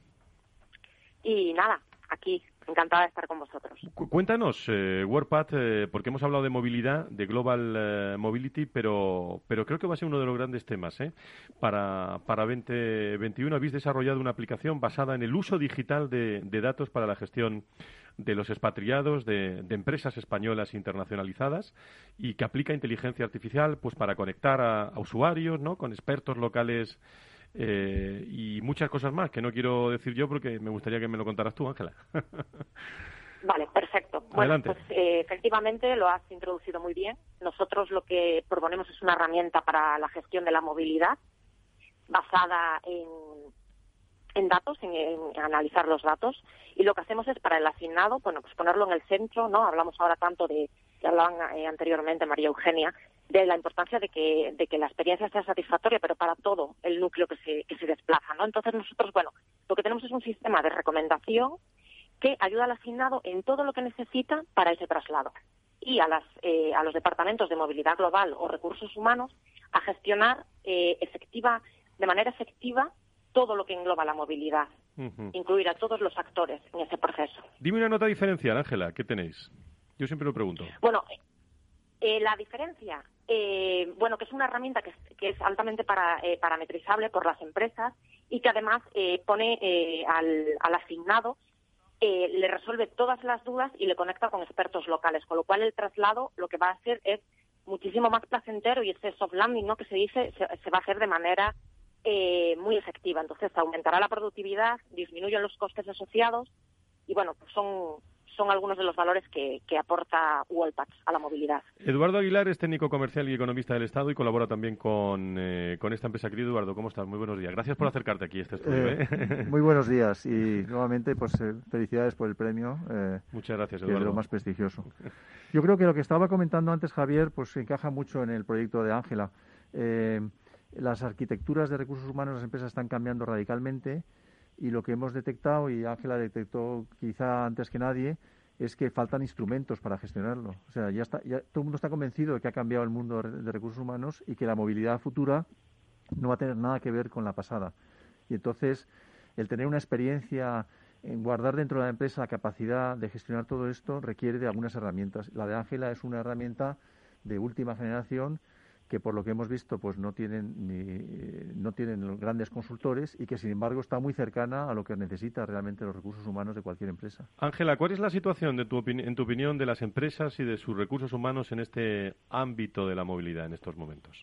Y nada, aquí, encantada de estar con vosotros. Cu- cuéntanos, eh, WorkPath, eh, porque hemos hablado de movilidad, de Global eh, Mobility, pero pero creo que va a ser uno de los grandes temas, ¿eh? Para, para veinte veintiuno habéis desarrollado una aplicación basada en el uso digital de, de datos para la gestión de los expatriados, de, de empresas españolas internacionalizadas y que aplica inteligencia artificial pues para conectar a, a usuarios, ¿no? Con expertos locales. Eh, y muchas cosas más que no quiero decir yo porque me gustaría que me lo contaras tú, Ángela. Vale, perfecto. Bueno, pues eh, efectivamente lo has introducido muy bien. Nosotros lo que proponemos es una herramienta para la gestión de la movilidad basada en, en datos, en, en analizar los datos, y lo que hacemos es para el asignado, bueno, pues ponerlo en el centro, ¿no? Hablamos ahora tanto de, que hablaban eh, anteriormente María Eugenia, de la importancia de que, de que la experiencia sea satisfactoria, pero para todo el núcleo que se, que se desplaza, ¿no? Entonces nosotros, bueno, lo que tenemos es un sistema de recomendación que ayuda al asignado en todo lo que necesita para ese traslado y a, las, eh, a los departamentos de movilidad global o recursos humanos a gestionar eh, efectiva, de manera efectiva todo lo que engloba la movilidad, uh-huh. incluir a todos los actores en ese proceso. Dime una nota diferencial, Ángela, ¿qué tenéis? Yo siempre lo pregunto. Bueno, eh, la diferencia, eh, bueno, que es una herramienta que es, que es altamente para, eh, parametrizable por las empresas y que además eh, pone eh, al, al asignado, eh, le resuelve todas las dudas y le conecta con expertos locales, con lo cual el traslado lo que va a hacer es muchísimo más placentero y ese soft landing, ¿no?, que se dice, se, se va a hacer de manera eh, muy efectiva. Entonces aumentará la productividad, disminuyen los costes asociados y bueno, pues son... son algunos de los valores que, que aporta WorkPath a la movilidad. Eduardo Aguilar es técnico comercial y economista del Estado y colabora también con, eh, con esta empresa. Querido Eduardo, ¿cómo estás? Muy buenos días. Gracias por acercarte aquí a este estudio. Eh, ¿eh? Muy buenos días y nuevamente pues eh, felicidades por el premio. Eh, Muchas gracias, que Eduardo. es de lo más prestigioso. Yo creo que lo que estaba comentando antes Javier pues encaja mucho en el proyecto de Ángela. Eh, las arquitecturas de recursos humanos en las empresas están cambiando radicalmente y lo que hemos detectado, y Ángela detectó quizá antes que nadie, es que faltan instrumentos para gestionarlo. O sea, ya está, ya todo el mundo está convencido de que ha cambiado el mundo de recursos humanos y que la movilidad futura no va a tener nada que ver con la pasada. Y entonces, el tener una experiencia en guardar dentro de la empresa la capacidad de gestionar todo esto requiere de algunas herramientas. La de Ángela es una herramienta de última generación que por lo que hemos visto pues no tienen ni, no tienen grandes consultores y que sin embargo está muy cercana a lo que necesita realmente los recursos humanos de cualquier empresa. Ángela, ¿cuál es la situación de tu opini- en tu opinión de las empresas y de sus recursos humanos en este ámbito de la movilidad en estos momentos?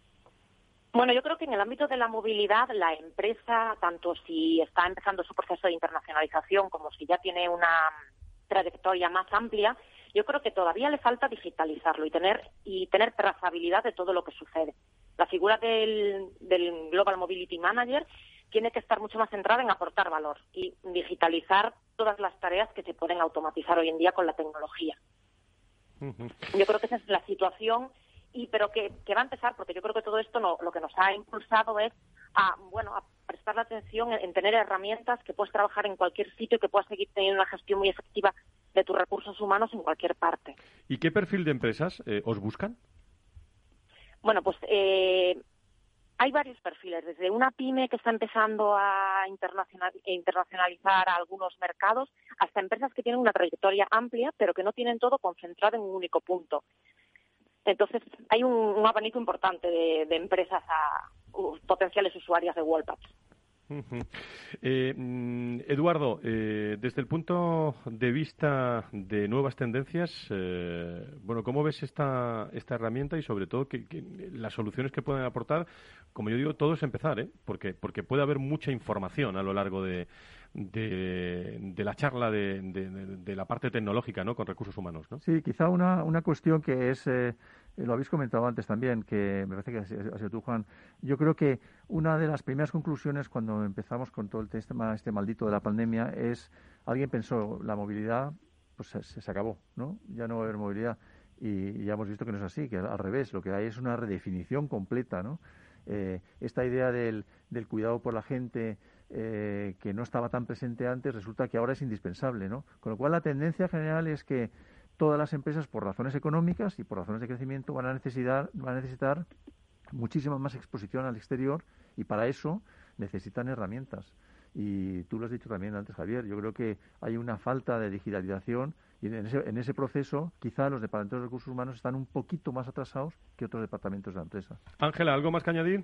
Bueno, yo creo que en el ámbito de la movilidad la empresa, tanto si está empezando su proceso de internacionalización como si ya tiene una trayectoria más amplia, yo creo que todavía le falta digitalizarlo y tener y tener trazabilidad de todo lo que sucede. La figura del, del Global Mobility Manager tiene que estar mucho más centrada en aportar valor y digitalizar todas las tareas que se pueden automatizar hoy en día con la tecnología. Uh-huh. Yo creo que esa es la situación, y pero que, que va a empezar, porque yo creo que todo esto no, lo que nos ha impulsado es a, bueno, a prestar la atención en, en tener herramientas que puedas trabajar en cualquier sitio, que puedas seguir teniendo una gestión muy efectiva de tus recursos humanos en cualquier parte. ¿Y qué perfil de empresas eh, os buscan? Bueno, pues eh, hay varios perfiles, desde una pyme que está empezando a internacional, internacionalizar a algunos mercados, hasta empresas que tienen una trayectoria amplia, pero que no tienen todo concentrado en un único punto. Entonces, hay un, un abanico importante de, de empresas a uh, potenciales usuarias de Wallpaps. Uh-huh. Eh, Eduardo, eh, desde el punto de vista de nuevas tendencias, eh, bueno, ¿cómo ves esta esta herramienta y sobre todo que, que las soluciones que pueden aportar? Como yo digo, todo es empezar, ¿eh? Porque porque puede haber mucha información a lo largo de de, de la charla de, de, de la parte tecnológica, ¿no? Con recursos humanos, ¿no? Sí, quizá una una cuestión que es eh, lo habéis comentado antes también, que me parece que has sido tú, Juan. Yo creo que una de las primeras conclusiones cuando empezamos con todo el tema este maldito de la pandemia es, alguien pensó, la movilidad pues se, se acabó, ¿no? Ya no va a haber movilidad. Y, y ya hemos visto que no es así, que al revés, lo que hay es una redefinición completa, ¿no? Eh, esta idea del, del cuidado por la gente, eh, que no estaba tan presente antes, resulta que ahora es indispensable, ¿no? Con lo cual la tendencia general es que todas las empresas, por razones económicas y por razones de crecimiento, van a necesitar, van a necesitar muchísima más exposición al exterior, y para eso necesitan herramientas. Y tú lo has dicho también antes, Javier, yo creo que hay una falta de digitalización, y en ese, en ese proceso quizá los departamentos de recursos humanos están un poquito más atrasados que otros departamentos de la empresa. Ángela, ¿algo más que añadir?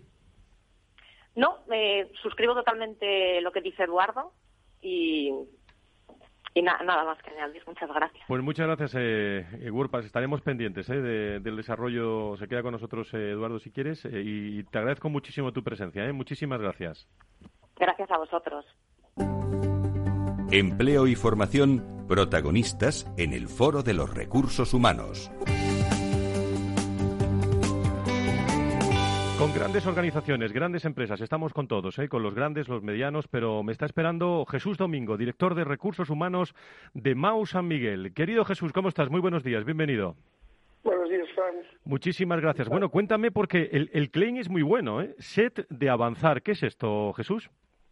No, eh, suscribo totalmente lo que dice Eduardo y... Y na nada más que añadir. Muchas gracias. Pues muchas gracias, eh, Wallpaps. Estaremos pendientes eh, de, del desarrollo. Se queda con nosotros, eh, Eduardo, si quieres. Eh, y te agradezco muchísimo tu presencia. Eh. Muchísimas gracias. Gracias a vosotros. Empleo y formación, protagonistas en el Foro de los Recursos Humanos. Con grandes organizaciones, grandes empresas, estamos con todos, ¿eh? Con los grandes, los medianos, pero me está esperando Jesús Domingo, director de Recursos Humanos de M A U San Miguel. Querido Jesús, ¿cómo estás? Muy buenos días, bienvenido. Buenos días, Fran. Muchísimas gracias. Bueno, cuéntame, porque el, el claim es muy bueno, ¿eh? Set de Avanzar. ¿Qué es esto, Jesús?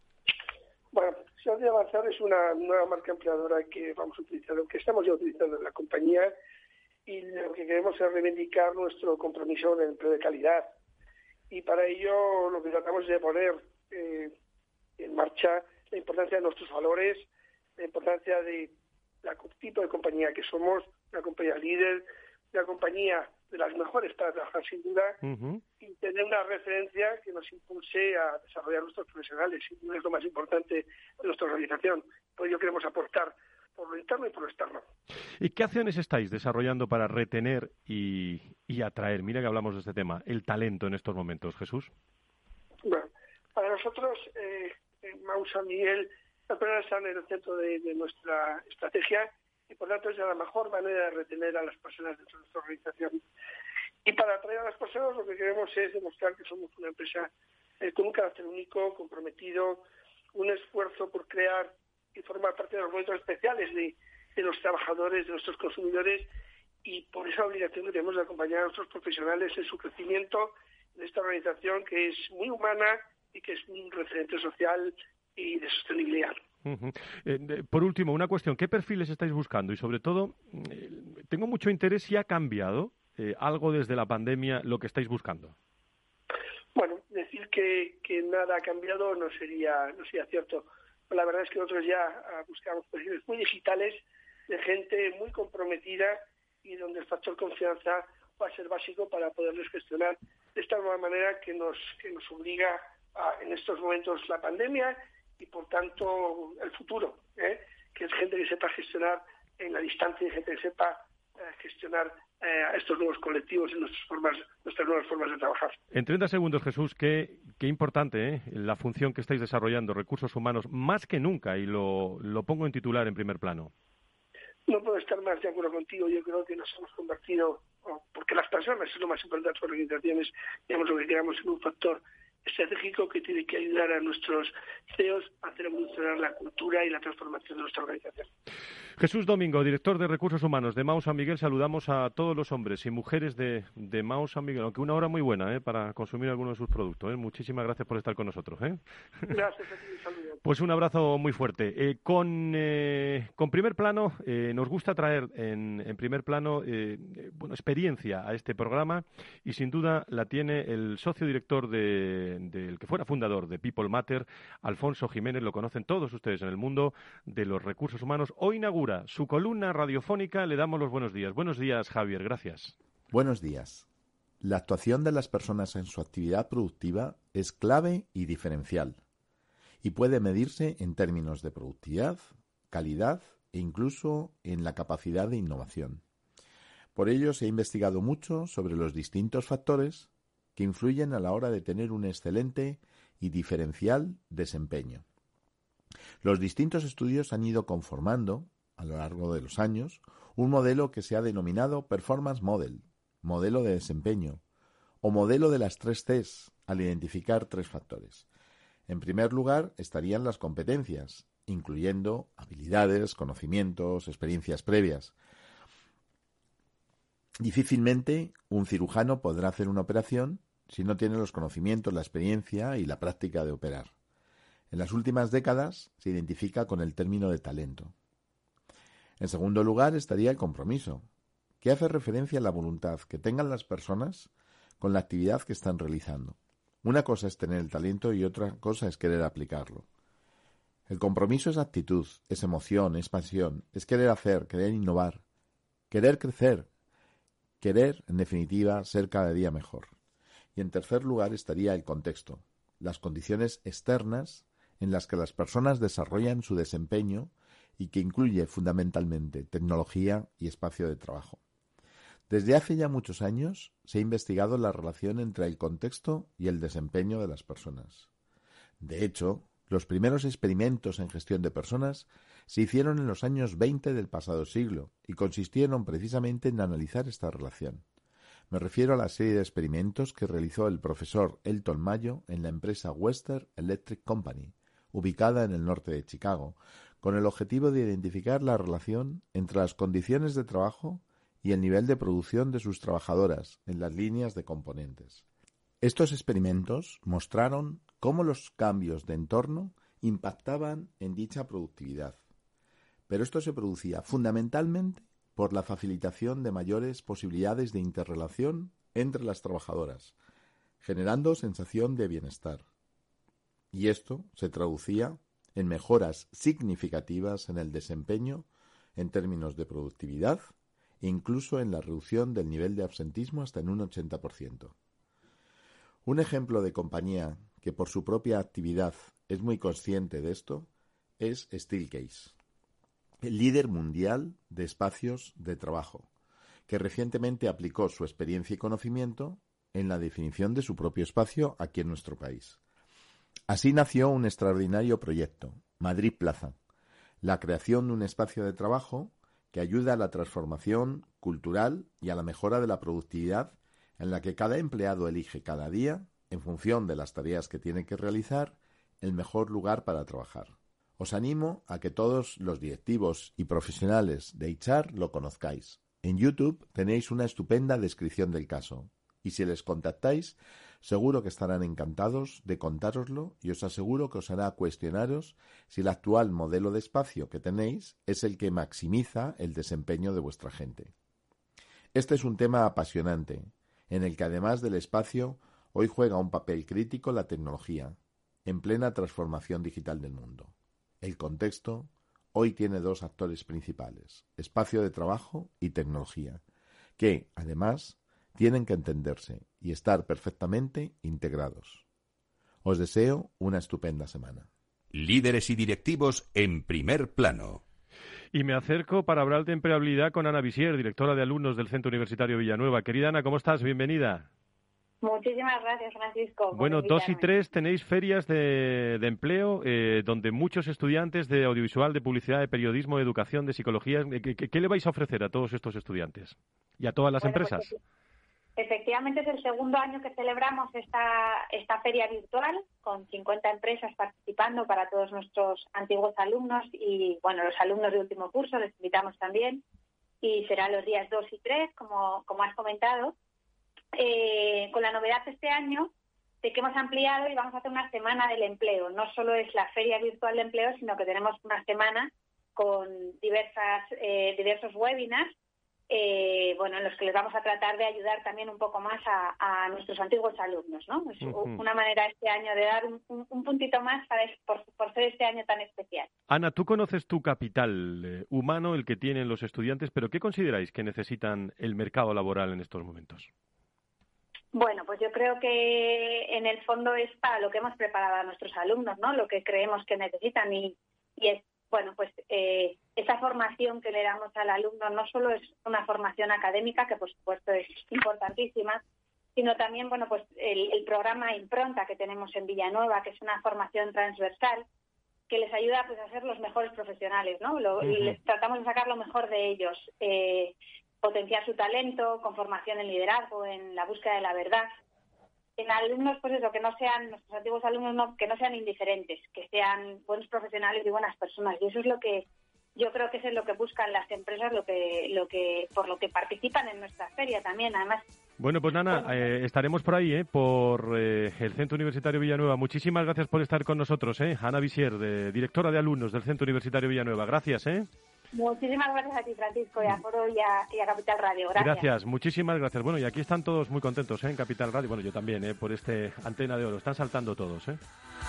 Bueno, Set de Avanzar es una nueva marca empleadora que vamos a utilizar, que estamos ya utilizando en la compañía, y lo que queremos es reivindicar nuestro compromiso en el empleo de calidad. Y para ello lo que tratamos es de poner eh, en marcha la importancia de nuestros valores, la importancia de la tipo de compañía que somos, una compañía líder, una compañía de las mejores para trabajar sin duda, uh-huh. y tener una referencia que nos impulse a desarrollar nuestros profesionales. Y no es lo más importante de nuestra organización. Por ello queremos aportar por lo interno y por lo externo. ¿Y qué acciones estáis desarrollando para retener y, y atraer? Mira que hablamos de este tema, el talento en estos momentos, Jesús. Bueno, para nosotros, eh, en M A U San Miguel, las personas están en el centro de, de nuestra estrategia, y por tanto es la mejor manera de retener a las personas dentro de nuestra organización. Y para atraer a las personas lo que queremos es demostrar que somos una empresa eh, con un carácter único, comprometido, un esfuerzo por crear y formar parte de los momentos especiales de, de los trabajadores, de nuestros consumidores, y por esa obligación que tenemos de acompañar a nuestros profesionales en su crecimiento en esta organización que es muy humana y que es un referente social y de sostenibilidad. Uh-huh. Eh, por último, una cuestión, ¿qué perfiles estáis buscando? Y sobre todo, eh, tengo mucho interés si ha cambiado eh, algo desde la pandemia lo que estáis buscando. Bueno, decir que, que nada ha cambiado no sería, no sería cierto. La verdad es que nosotros ya buscamos perfiles muy digitales, de gente muy comprometida y donde el factor confianza va a ser básico para poderles gestionar de esta nueva manera que nos que nos obliga a, en estos momentos, la pandemia y, por tanto, el futuro, ¿eh? que es gente que sepa gestionar en la distancia y gente que sepa eh, gestionar eh, a estos nuevos colectivos y nuestras formas, nuestras nuevas formas de trabajar. En treinta segundos, Jesús, qué, qué importante ¿eh? la función que estáis desarrollando, recursos humanos, más que nunca, y lo, lo pongo en titular en primer plano. No puedo estar más de acuerdo contigo. Yo creo que nos hemos convertido, porque las personas es lo más importante de las organizaciones, digamos lo que queramos, en un factor estratégico que tiene que ayudar a nuestros C E Os a hacer evolucionar la cultura y la transformación de nuestra organización. Jesús Domingo, director de Recursos Humanos de M A U San Miguel, saludamos a todos los hombres y mujeres de, de M A U San Miguel, aunque una hora muy buena ¿eh? para consumir alguno de sus productos. ¿eh? Muchísimas gracias por estar con nosotros. ¿eh? Gracias a ti, un saludo. Pues un abrazo muy fuerte. Eh, con, eh, con primer plano, eh, nos gusta traer en, en primer plano eh, bueno, experiencia a este programa y sin duda la tiene el socio director del de, de, que fuera fundador de People Matter, Alfonso Jiménez, lo conocen todos ustedes en el mundo de los recursos humanos. Hoy inaugura su columna radiofónica. Le damos los buenos días. Buenos días, Javier. Gracias. Buenos días. La actuación de las personas en su actividad productiva es clave y diferencial y puede medirse en términos de productividad, calidad e incluso en la capacidad de innovación. Por ello se ha investigado mucho sobre los distintos factores que influyen a la hora de tener un excelente y diferencial desempeño. Los distintos estudios han ido conformando a lo largo de los años, un modelo que se ha denominado Performance Model, modelo de desempeño, o modelo de las tres Cs, al identificar tres factores. En primer lugar estarían las competencias, incluyendo habilidades, conocimientos, experiencias previas. Difícilmente un cirujano podrá hacer una operación si no tiene los conocimientos, la experiencia y la práctica de operar. En las últimas décadas se identifica con el término de talento. En segundo lugar estaría el compromiso, que hace referencia a la voluntad que tengan las personas con la actividad que están realizando. Una cosa es tener el talento y otra cosa es querer aplicarlo. El compromiso es actitud, es emoción, es pasión, es querer hacer, querer innovar, querer crecer, querer, en definitiva, ser cada día mejor. Y en tercer lugar estaría el contexto, las condiciones externas en las que las personas desarrollan su desempeño y que incluye fundamentalmente tecnología y espacio de trabajo. Desde hace ya muchos años se ha investigado la relación entre el contexto y el desempeño de las personas. De hecho, los primeros experimentos en gestión de personas se hicieron en los años veinte del pasado siglo y consistieron precisamente en analizar esta relación. Me refiero a la serie de experimentos que realizó el profesor Elton Mayo en la empresa Western Electric Company, ubicada en el norte de Chicago, con el objetivo de identificar la relación entre las condiciones de trabajo y el nivel de producción de sus trabajadoras en las líneas de componentes. Estos experimentos mostraron cómo los cambios de entorno impactaban en dicha productividad, pero esto se producía fundamentalmente por la facilitación de mayores posibilidades de interrelación entre las trabajadoras, generando sensación de bienestar. Y esto se traducía en mejoras significativas en el desempeño en términos de productividad e incluso en la reducción del nivel de absentismo hasta en un ochenta por ciento. Un ejemplo de compañía que por su propia actividad es muy consciente de esto es Steelcase, el líder mundial de espacios de trabajo, que recientemente aplicó su experiencia y conocimiento en la definición de su propio espacio aquí en nuestro país. Así nació un extraordinario proyecto, Madrid Plaza, la creación de un espacio de trabajo que ayuda a la transformación cultural y a la mejora de la productividad, en la que cada empleado elige cada día, en función de las tareas que tiene que realizar, el mejor lugar para trabajar. Os animo a que todos los directivos y profesionales de H R lo conozcáis. En YouTube tenéis una estupenda descripción del caso, y si les contactáis, seguro que estarán encantados de contároslo y os aseguro que os hará cuestionaros si el actual modelo de espacio que tenéis es el que maximiza el desempeño de vuestra gente. Este es un tema apasionante, en el que además del espacio, hoy juega un papel crítico la tecnología, en plena transformación digital del mundo. El contexto hoy tiene dos actores principales, espacio de trabajo y tecnología, que, además, tienen que entenderse y estar perfectamente integrados. Os deseo una estupenda semana. Líderes y directivos en primer plano. Y me acerco para hablar de empleabilidad con Ana Visier, directora de alumnos del Centro Universitario Villanueva. Querida Ana, ¿cómo estás? Bienvenida. Muchísimas gracias, Francisco. Bueno, dos y tres tenéis ferias de, de empleo eh, donde muchos estudiantes de audiovisual, de publicidad, de periodismo, de educación, de psicología. ¿Qué, qué, qué le vais a ofrecer a todos estos estudiantes y a todas las bueno, empresas? Pues, Efectivamente, es el segundo año que celebramos esta, esta feria virtual, con cincuenta empresas participando para todos nuestros antiguos alumnos y, bueno, los alumnos de último curso, les invitamos también, y será los días dos y tres, como, como has comentado, eh, con la novedad este año de que hemos ampliado y vamos a hacer una semana del empleo. No solo es la feria virtual de empleo, sino que tenemos una semana con diversas eh, diversos webinars, Eh, bueno, en los que les vamos a tratar de ayudar también un poco más a, a nuestros antiguos alumnos, ¿no? Es uh-huh. una manera este año de dar un, un, un puntito más para, por, por ser este año tan especial. Ana, tú conoces tu capital eh, humano, el que tienen los estudiantes, pero ¿qué consideráis que necesitan el mercado laboral en estos momentos? Bueno, pues yo creo que en el fondo es para lo que hemos preparado a nuestros alumnos, ¿no? Lo que creemos que necesitan y, y es Bueno, pues eh, esa formación que le damos al alumno no solo es una formación académica, que por supuesto es importantísima, sino también, bueno, pues el, el programa Impronta que tenemos en Villanueva, que es una formación transversal que les ayuda pues a ser los mejores profesionales, ¿no? Lo, uh-huh. Les tratamos de sacar lo mejor de ellos, eh, potenciar su talento con formación en liderazgo, en la búsqueda de la verdad. En alumnos, pues eso, que no sean, nuestros antiguos alumnos, no, que no sean indiferentes, que sean buenos profesionales y buenas personas. Y eso es lo que yo creo que eso es lo que buscan las empresas, lo que, lo que, por lo que participan en nuestra feria también. Además. Bueno, pues Nana, bueno, eh, estaremos por ahí, eh, por eh, el Centro Universitario Villanueva. Muchísimas gracias por estar con nosotros, eh. Ana Visier, de, directora de alumnos del Centro Universitario Villanueva. Gracias, eh. Muchísimas gracias a ti, Francisco, y a Foro y a, y a Capital Radio. Gracias. Gracias, muchísimas gracias. Bueno, y aquí están todos muy contentos, ¿eh? En Capital Radio. Bueno, yo también, ¿eh? Por este Antena de Oro. Están saltando todos, ¿eh?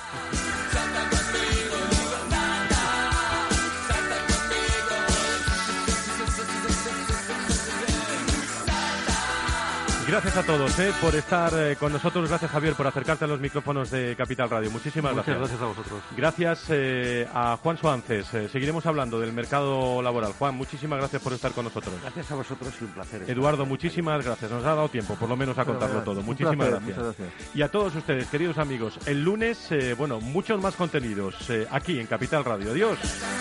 Gracias a todos eh, por estar eh, con nosotros. Gracias, Javier, por acercarte a los micrófonos de Capital Radio. Muchísimas Muchas gracias. gracias a vosotros. Gracias eh, a Juan Suances. Eh, seguiremos hablando del mercado laboral. Juan, muchísimas gracias por estar con nosotros. Gracias a vosotros y un placer. Eduardo, muchísimas gracias. Nos ha dado tiempo, por lo menos, a contarlo todo. Muchísimas placer, gracias. Muchas gracias. Y a todos ustedes, queridos amigos, el lunes, eh, bueno, muchos más contenidos eh, aquí en Capital Radio. Adiós.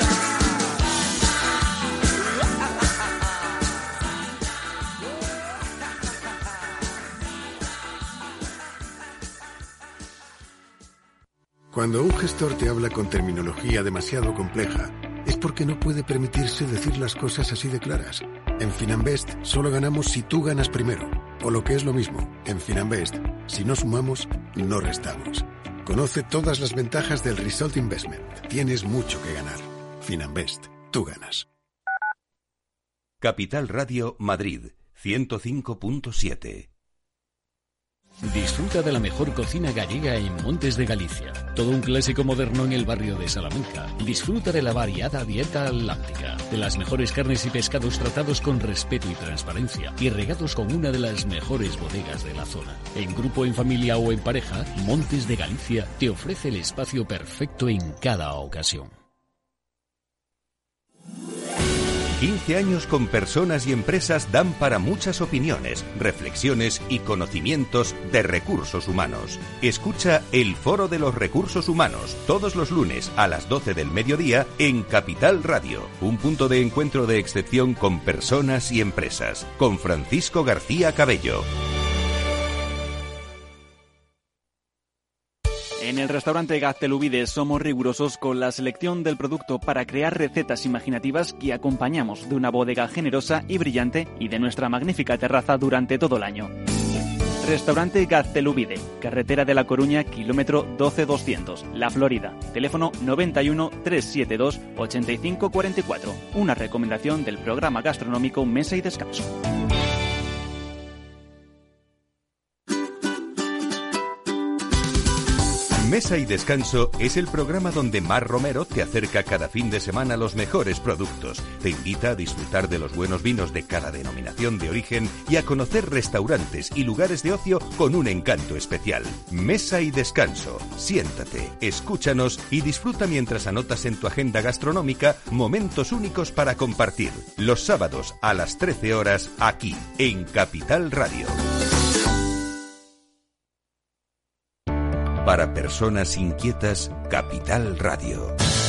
Cuando un gestor te habla con terminología demasiado compleja, es porque no puede permitirse decir las cosas así de claras. En Finanbest solo ganamos si tú ganas primero. O lo que es lo mismo, en Finanbest, si no sumamos, no restamos. Conoce todas las ventajas del Result Investment. Tienes mucho que ganar. Finanbest, tú ganas. Capital Radio Madrid, ciento cinco punto siete. Disfruta de la mejor cocina gallega en Montes de Galicia. Todo un clásico moderno en el barrio de Salamanca. Disfruta de la variada dieta atlántica, de las mejores carnes y pescados tratados con respeto y transparencia y regados con una de las mejores bodegas de la zona. En grupo, en familia o en pareja, Montes de Galicia te ofrece el espacio perfecto en cada ocasión. quince años con personas y empresas dan para muchas opiniones, reflexiones y conocimientos de recursos humanos. Escucha el Foro de los Recursos Humanos todos los lunes a las doce del mediodía en Capital Radio, un punto de encuentro de excepción con personas y empresas, con Francisco García Cabello. En el restaurante Gaztelubides somos rigurosos con la selección del producto para crear recetas imaginativas que acompañamos de una bodega generosa y brillante y de nuestra magnífica terraza durante todo el año. Restaurante Gaztelubide, carretera de La Coruña, kilómetro doce doscientos, La Florida. Teléfono noventa y uno, trescientos setenta y dos, ochenta y cinco cuarenta y cuatro. Una recomendación del programa gastronómico Mesa y Descanso. Mesa y Descanso es el programa donde Mar Romero te acerca cada fin de semana los mejores productos, te invita a disfrutar de los buenos vinos de cada denominación de origen y a conocer restaurantes y lugares de ocio con un encanto especial. Mesa y Descanso. Siéntate, escúchanos y disfruta mientras anotas en tu agenda gastronómica momentos únicos para compartir. Los sábados a las trece horas aquí en Capital Radio. Para personas inquietas, Capital Radio.